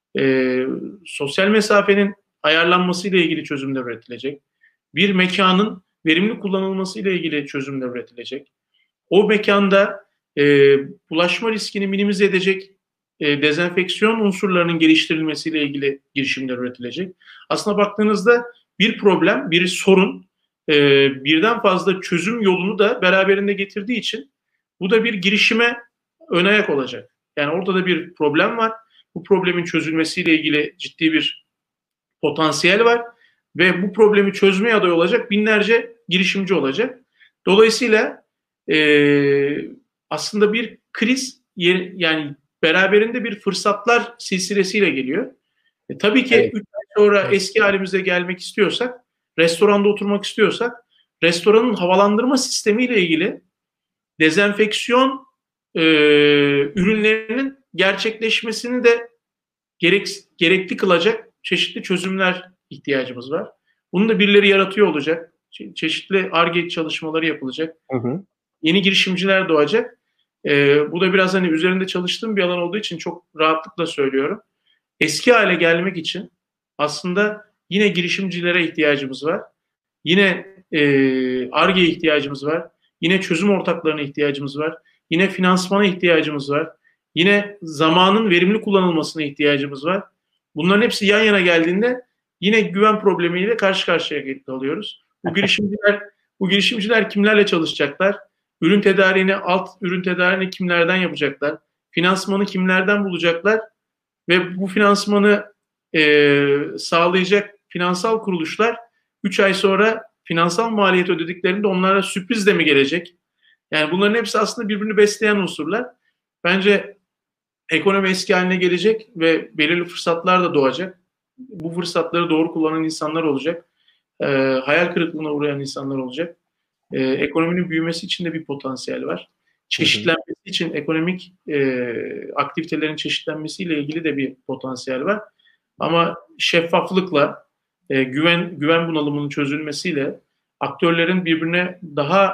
Sosyal mesafenin ayarlanmasıyla ilgili çözümler üretilecek. Bir mekanın verimli kullanılmasıyla ilgili çözümler üretilecek. O mekanda bulaşma riskini minimize edecek dezenfeksiyon unsurlarının geliştirilmesiyle ilgili girişimler üretilecek. Aslında baktığınızda bir problem, bir sorun birden fazla çözüm yolunu da beraberinde getirdiği için bu da bir girişime ön ayak olacak. Yani ortada bir problem var. Bu problemin çözülmesiyle ilgili ciddi bir potansiyel var ve bu problemi çözmeye aday olacak binlerce girişimci olacak. Dolayısıyla aslında bir kriz yani beraberinde bir fırsatlar silsilesiyle geliyor. Tabii ki 3 ay sonra eski halimize gelmek istiyorsak, restoranda oturmak istiyorsak, restoranın havalandırma sistemiyle ilgili dezenfeksiyon ürünlerinin gerçekleşmesini de gerekli kılacak çeşitli çözümler ihtiyacımız var. Bunu da birileri yaratıyor olacak. Çeşitli Ar-Ge çalışmaları yapılacak. Hı hı. Yeni girişimciler doğacak. Bu da biraz hani üzerinde çalıştığım bir alan olduğu için çok rahatlıkla söylüyorum. Eski hale gelmek için aslında yine girişimcilere ihtiyacımız var. Yine Ar-Ge'ye ihtiyacımız var. Yine çözüm ortaklarına ihtiyacımız var. Yine finansmana ihtiyacımız var. Yine zamanın verimli kullanılmasına ihtiyacımız var. Bunların hepsi yan yana geldiğinde yine güven problemiyle karşı karşıya kalıyoruz. Bu girişimciler kimlerle çalışacaklar? Alt ürün tedariğini kimlerden yapacaklar? Finansmanı kimlerden bulacaklar? Ve bu finansmanı sağlayacak finansal kuruluşlar 3 ay sonra finansal maliyet ödediklerinde onlara sürpriz de mi gelecek? Yani bunların hepsi aslında birbirini besleyen unsurlar. Bence ekonomi eski haline gelecek ve belirli fırsatlar da doğacak. Bu fırsatları doğru kullanan insanlar olacak. Hayal kırıklığına uğrayan insanlar olacak. Ekonominin büyümesi için de bir potansiyel var. Çeşitlenmesi için ekonomik aktivitelerin çeşitlenmesiyle ilgili de bir potansiyel var. Ama şeffaflıkla, güven bunalımının çözülmesiyle aktörlerin birbirine daha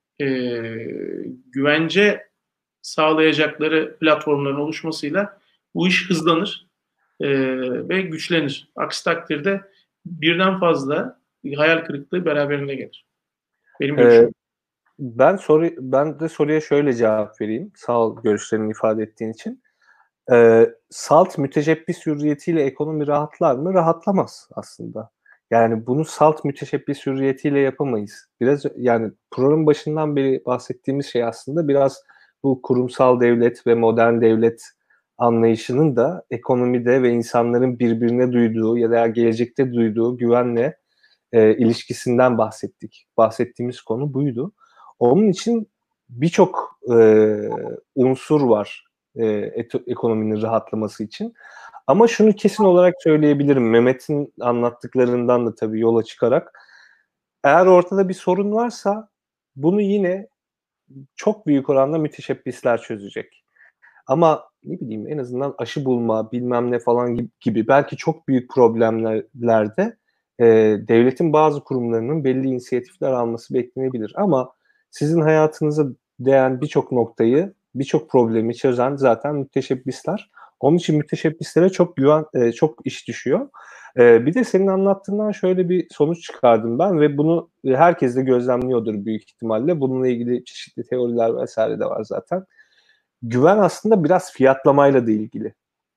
güvence sağlayacakları platformların oluşmasıyla bu iş hızlanır ve güçlenir. Aksi takdirde birden fazla hayal kırıklığı beraberinde gelir. Benim görüşüm. Ben de soruya şöyle cevap vereyim. Sağ ol görüşlerini ifade ettiğin için. Salt müteşebbis hürriyetiyle ekonomi rahatlar mı? Rahatlamaz aslında. Yani bunu salt müteşebbis hürriyetiyle yapamayız. Biraz yani programın başından beri bahsettiğimiz şey aslında biraz bu kurumsal devlet ve modern devlet anlayışının da ekonomide ve insanların birbirine duyduğu ya da gelecekte duyduğu güvenle ilişkisinden bahsettik. Bahsettiğimiz konu buydu. Onun için birçok unsur var ekonominin rahatlaması için. Ama şunu kesin olarak söyleyebilirim. Mehmet'in anlattıklarından da tabii yola çıkarak. Eğer ortada bir sorun varsa bunu yine çok büyük oranda müteşebbisler çözecek. Ama ne bileyim en azından aşı bulma, bilmem ne falan gibi belki çok büyük problemlerde devletin bazı kurumlarının belli inisiyatifler alması beklenebilir. Ama sizin hayatınıza değen birçok noktayı, birçok problemi çözen zaten müteşebbisler. Onun için müteşebbislere çok iş düşüyor. Bir de senin anlattığından şöyle bir sonuç çıkardım ben ve bunu herkes de gözlemliyordur büyük ihtimalle. Bununla ilgili çeşitli teoriler vesaire de var zaten. Güven aslında biraz fiyatlamayla da ilgili.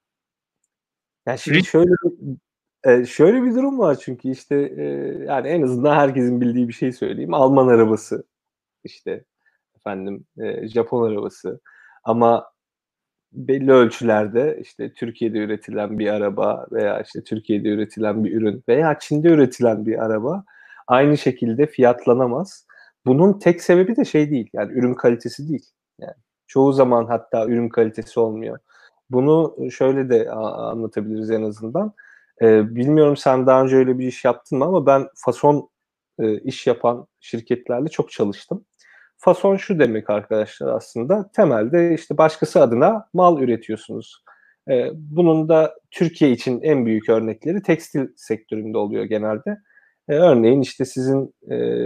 Yani şimdi şöyle bir durum var çünkü işte yani en azından herkesin bildiği bir şey söyleyeyim. Alman arabası, işte efendim Japon arabası, ama belli ölçülerde işte Türkiye'de üretilen bir araba veya işte Türkiye'de üretilen bir ürün veya Çin'de üretilen bir araba aynı şekilde fiyatlanamaz. Bunun tek sebebi de şey değil, yani ürün kalitesi değil. Yani çoğu zaman hatta ürün kalitesi olmuyor. Bunu şöyle de anlatabiliriz en azından. Bilmiyorum sen daha önce öyle bir iş yaptın mı, ama ben fason iş yapan şirketlerle çok çalıştım. Fason şu demek arkadaşlar aslında. Temelde işte başkası adına mal üretiyorsunuz. Bunun da Türkiye için en büyük örnekleri tekstil sektöründe oluyor genelde. Örneğin işte sizin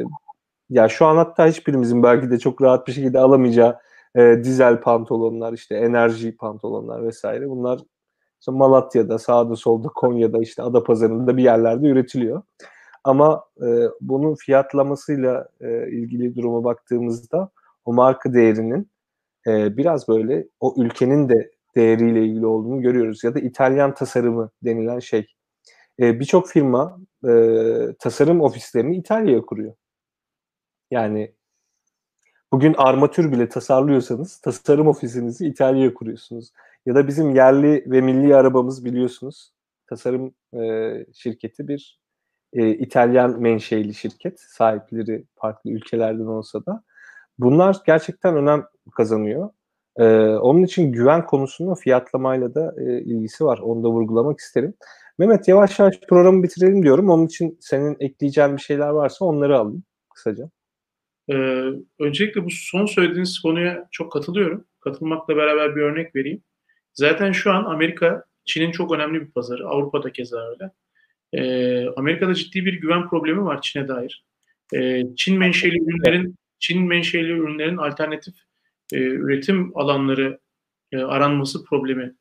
ya şu an hatta hiçbirimizin belki de çok rahat bir şekilde alamayacağı dizel pantolonlar, işte enerji pantolonlar vesaire. Bunlar işte Malatya'da, sağda solda, Konya'da, işte Adapazarı'nda bir yerlerde üretiliyor. Ama bunun fiyatlamasıyla ilgili duruma baktığımızda o marka değerinin biraz böyle o ülkenin de değeriyle ilgili olduğunu görüyoruz. Ya da İtalyan tasarımı denilen şey. Birçok firma tasarım ofislerini İtalya'ya kuruyor. Yani bugün armatür bile tasarlıyorsanız tasarım ofisinizi İtalya'ya kuruyorsunuz. Ya da bizim yerli ve milli arabamız, biliyorsunuz, tasarım şirketi bir İtalyan menşeli şirket. Sahipleri farklı ülkelerden olsa da. Bunlar gerçekten önem kazanıyor. Onun için güven konusunda fiyatlamayla da ilgisi var. Onu da vurgulamak isterim. Mehmet, yavaş yavaş programı bitirelim diyorum. Onun için senin ekleyeceğin bir şeyler varsa onları alayım kısaca. Öncelikle bu son söylediğiniz konuya çok katılıyorum. Katılmakla beraber bir örnek vereyim. Zaten şu an Amerika, Çin'in çok önemli bir pazarı. Avrupa'da keza öyle. Amerika'da ciddi bir güven problemi var Çin'e dair. Çin menşeli ürünlerin alternatif üretim alanları aranması problemi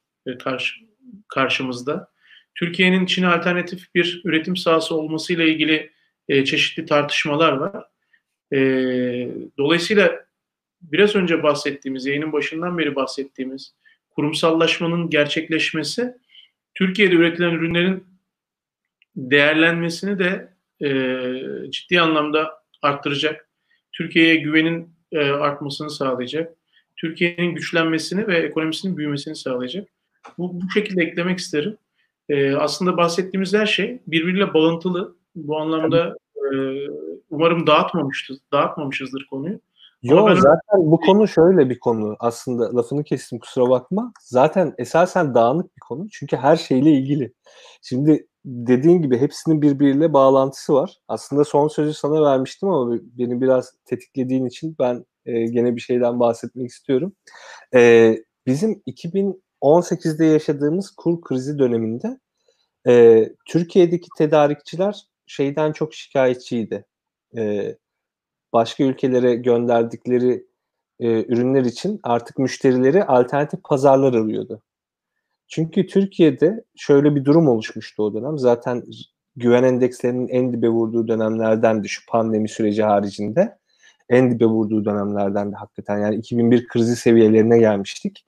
karşımızda. Türkiye'nin Çin'e alternatif bir üretim sahası olmasıyla ilgili çeşitli tartışmalar var. E, Dolayısıyla biraz önce bahsettiğimiz, yayının başından beri bahsettiğimiz kurumsallaşmanın gerçekleşmesi Türkiye'de üretilen ürünlerin değerlenmesini de ciddi anlamda arttıracak. Türkiye'ye güvenin artmasını sağlayacak. Türkiye'nin güçlenmesini ve ekonomisinin büyümesini sağlayacak. Bu şekilde eklemek isterim. Aslında bahsettiğimiz her şey birbiriyle bağıntılı. Bu anlamda umarım dağıtmamışızdır konuyu. Ama Yo, zaten bu konu şöyle bir konu. Aslında lafını kestim, kusura bakma. Zaten esasen dağınık bir konu. Çünkü her şeyle ilgili. Şimdi dediğin gibi hepsinin birbiriyle bağlantısı var. Aslında son sözü sana vermiştim ama beni biraz tetiklediğin için ben gene bir şeyden bahsetmek istiyorum. Bizim 2018'de yaşadığımız kur krizi döneminde Türkiye'deki tedarikçiler şeyden çok şikayetçiydi. Başka ülkelere gönderdikleri ürünler için artık müşterileri alternatif pazarlar arıyordu. Çünkü Türkiye'de şöyle bir durum oluşmuştu o dönem. Zaten güven endekslerinin en dibe vurduğu dönemlerdendi şu pandemi süreci haricinde. En dibe vurduğu dönemlerdendi hakikaten. Yani 2001 krizi seviyelerine gelmiştik.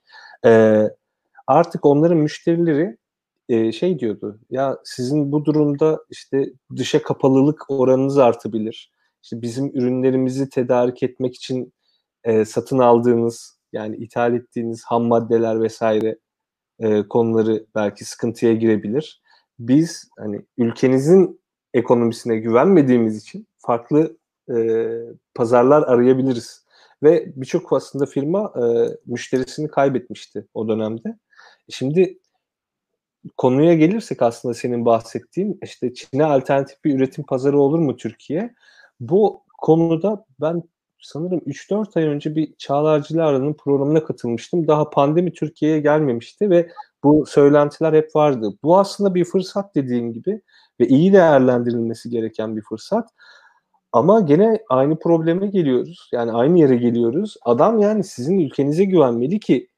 Artık onların müşterileri şey diyordu. Ya sizin bu durumda işte dışa kapalılık oranınız artabilir. İşte bizim ürünlerimizi tedarik etmek için satın aldığınız, yani ithal ettiğiniz ham maddeler vesaire konuları belki sıkıntıya girebilir. Biz hani ülkenizin ekonomisine güvenmediğimiz için farklı pazarlar arayabiliriz. Ve birçok aslında firma müşterisini kaybetmişti o dönemde. Şimdi konuya gelirsek, aslında senin bahsettiğin işte Çin'e alternatif bir üretim pazarı olur mu Türkiye? Bu konuda ben sanırım 3-4 ay önce bir Çağlar Cilara'nın programına katılmıştım. Daha pandemi Türkiye'ye gelmemişti ve bu söylentiler hep vardı. Bu aslında bir fırsat, dediğim gibi, ve iyi değerlendirilmesi gereken bir fırsat. Ama gene aynı probleme geliyoruz. Yani aynı yere geliyoruz. Adam yani sizin ülkenize güvenmeli ki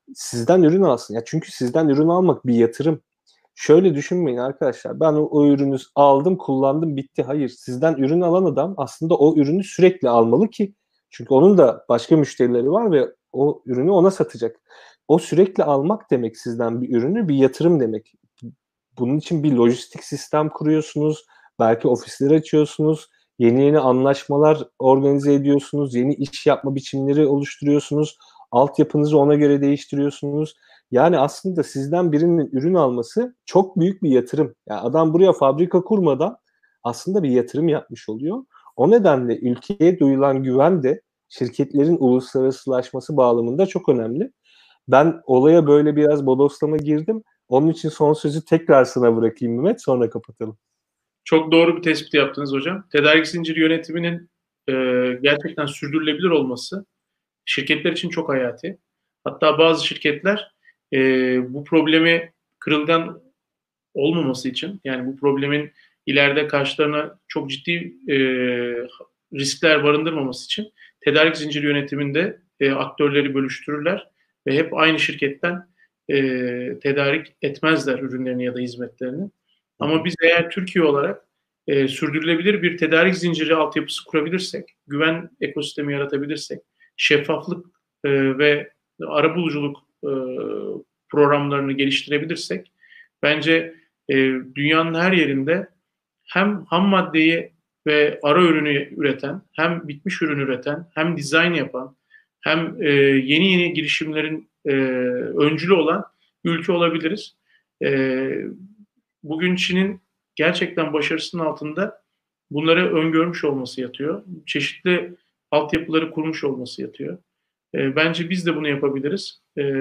sizden ürün alsın. Ya çünkü sizden ürün almak bir yatırım. Şöyle düşünmeyin arkadaşlar. Ben o ürünü aldım, kullandım, bitti. Hayır. Sizden ürün alan adam aslında o ürünü sürekli almalı ki, çünkü onun da başka müşterileri var ve o ürünü ona satacak. O sürekli almak demek, sizden bir ürünü, bir yatırım demek. Bunun için bir lojistik sistem kuruyorsunuz. Belki ofisleri açıyorsunuz. Yeni yeni anlaşmalar organize ediyorsunuz. Yeni iş yapma biçimleri oluşturuyorsunuz. Altyapınızı ona göre değiştiriyorsunuz. Yani aslında sizden birinin ürün alması çok büyük bir yatırım. Yani adam buraya fabrika kurmadan aslında bir yatırım yapmış oluyor. O nedenle ülkeye duyulan güven de şirketlerin uluslararasılaşması bağlamında çok önemli. Ben olaya böyle biraz bodoslama girdim. Onun için son sözü tekrar sana bırakayım Mehmet, sonra kapatalım. Çok doğru bir tespit yaptınız hocam. Tedarik zinciri yönetiminin gerçekten sürdürülebilir olması şirketler için çok hayati. Hatta bazı şirketler bu problemi kırılgan olmaması için, yani bu problemin ileride karşılarına çok ciddi riskler barındırmaması için tedarik zinciri yönetiminde aktörleri bölüştürürler ve hep aynı şirketten tedarik etmezler ürünlerini ya da hizmetlerini. Ama biz eğer Türkiye olarak sürdürülebilir bir tedarik zinciri altyapısı kurabilirsek, güven ekosistemi yaratabilirsek, şeffaflık ve arabuluculuk programlarını geliştirebilirsek, bence dünyanın her yerinde hem ham maddeyi ve ara ürünü üreten, hem bitmiş ürün üreten, hem dizayn yapan, hem yeni yeni girişimlerin öncülü olan ülke olabiliriz. Bugün Çin'in gerçekten başarısının altında bunları öngörmüş olması yatıyor. Çeşitli altyapıları kurmuş olması yatıyor. Bence biz de bunu yapabiliriz.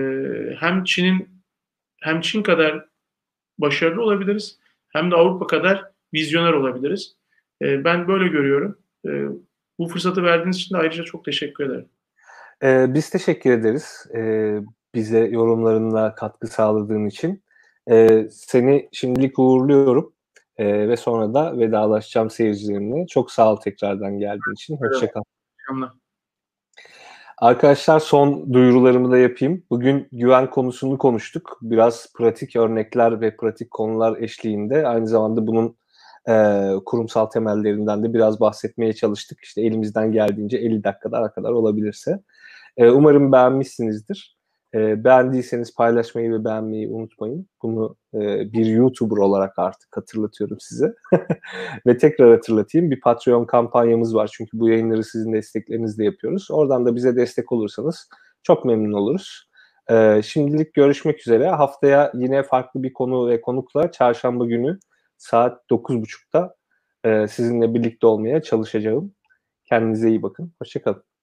Hem Çin kadar başarılı olabiliriz, hem de Avrupa kadar vizyoner olabiliriz. Ben böyle görüyorum. Bu fırsatı verdiğiniz için de ayrıca çok teşekkür ederim. Biz teşekkür ederiz. Bize yorumlarınla katkı sağladığın için. Seni şimdilik uğurluyorum. Ve sonra da vedalaşacağım seyircilerimle. Çok sağ ol tekrardan geldiğin için. Hoşça kal. Arkadaşlar, son duyurularımı da yapayım. Bugün güven konusunu konuştuk. Biraz pratik örnekler ve pratik konular eşliğinde aynı zamanda bunun kurumsal temellerinden de biraz bahsetmeye çalıştık. İşte elimizden geldiğince 50 dakikada kadar olabilirse. Umarım beğenmişsinizdir. Beğendiyseniz paylaşmayı ve beğenmeyi unutmayın. Bunu bir YouTuber olarak artık hatırlatıyorum size. Ve tekrar hatırlatayım, bir Patreon kampanyamız var. Çünkü bu yayınları sizin desteklerinizle yapıyoruz. Oradan da bize destek olursanız çok memnun oluruz. Şimdilik görüşmek üzere. Haftaya yine farklı bir konu ve konukla çarşamba günü saat 9.30'da sizinle birlikte olmaya çalışacağım. Kendinize iyi bakın. Hoşça kalın.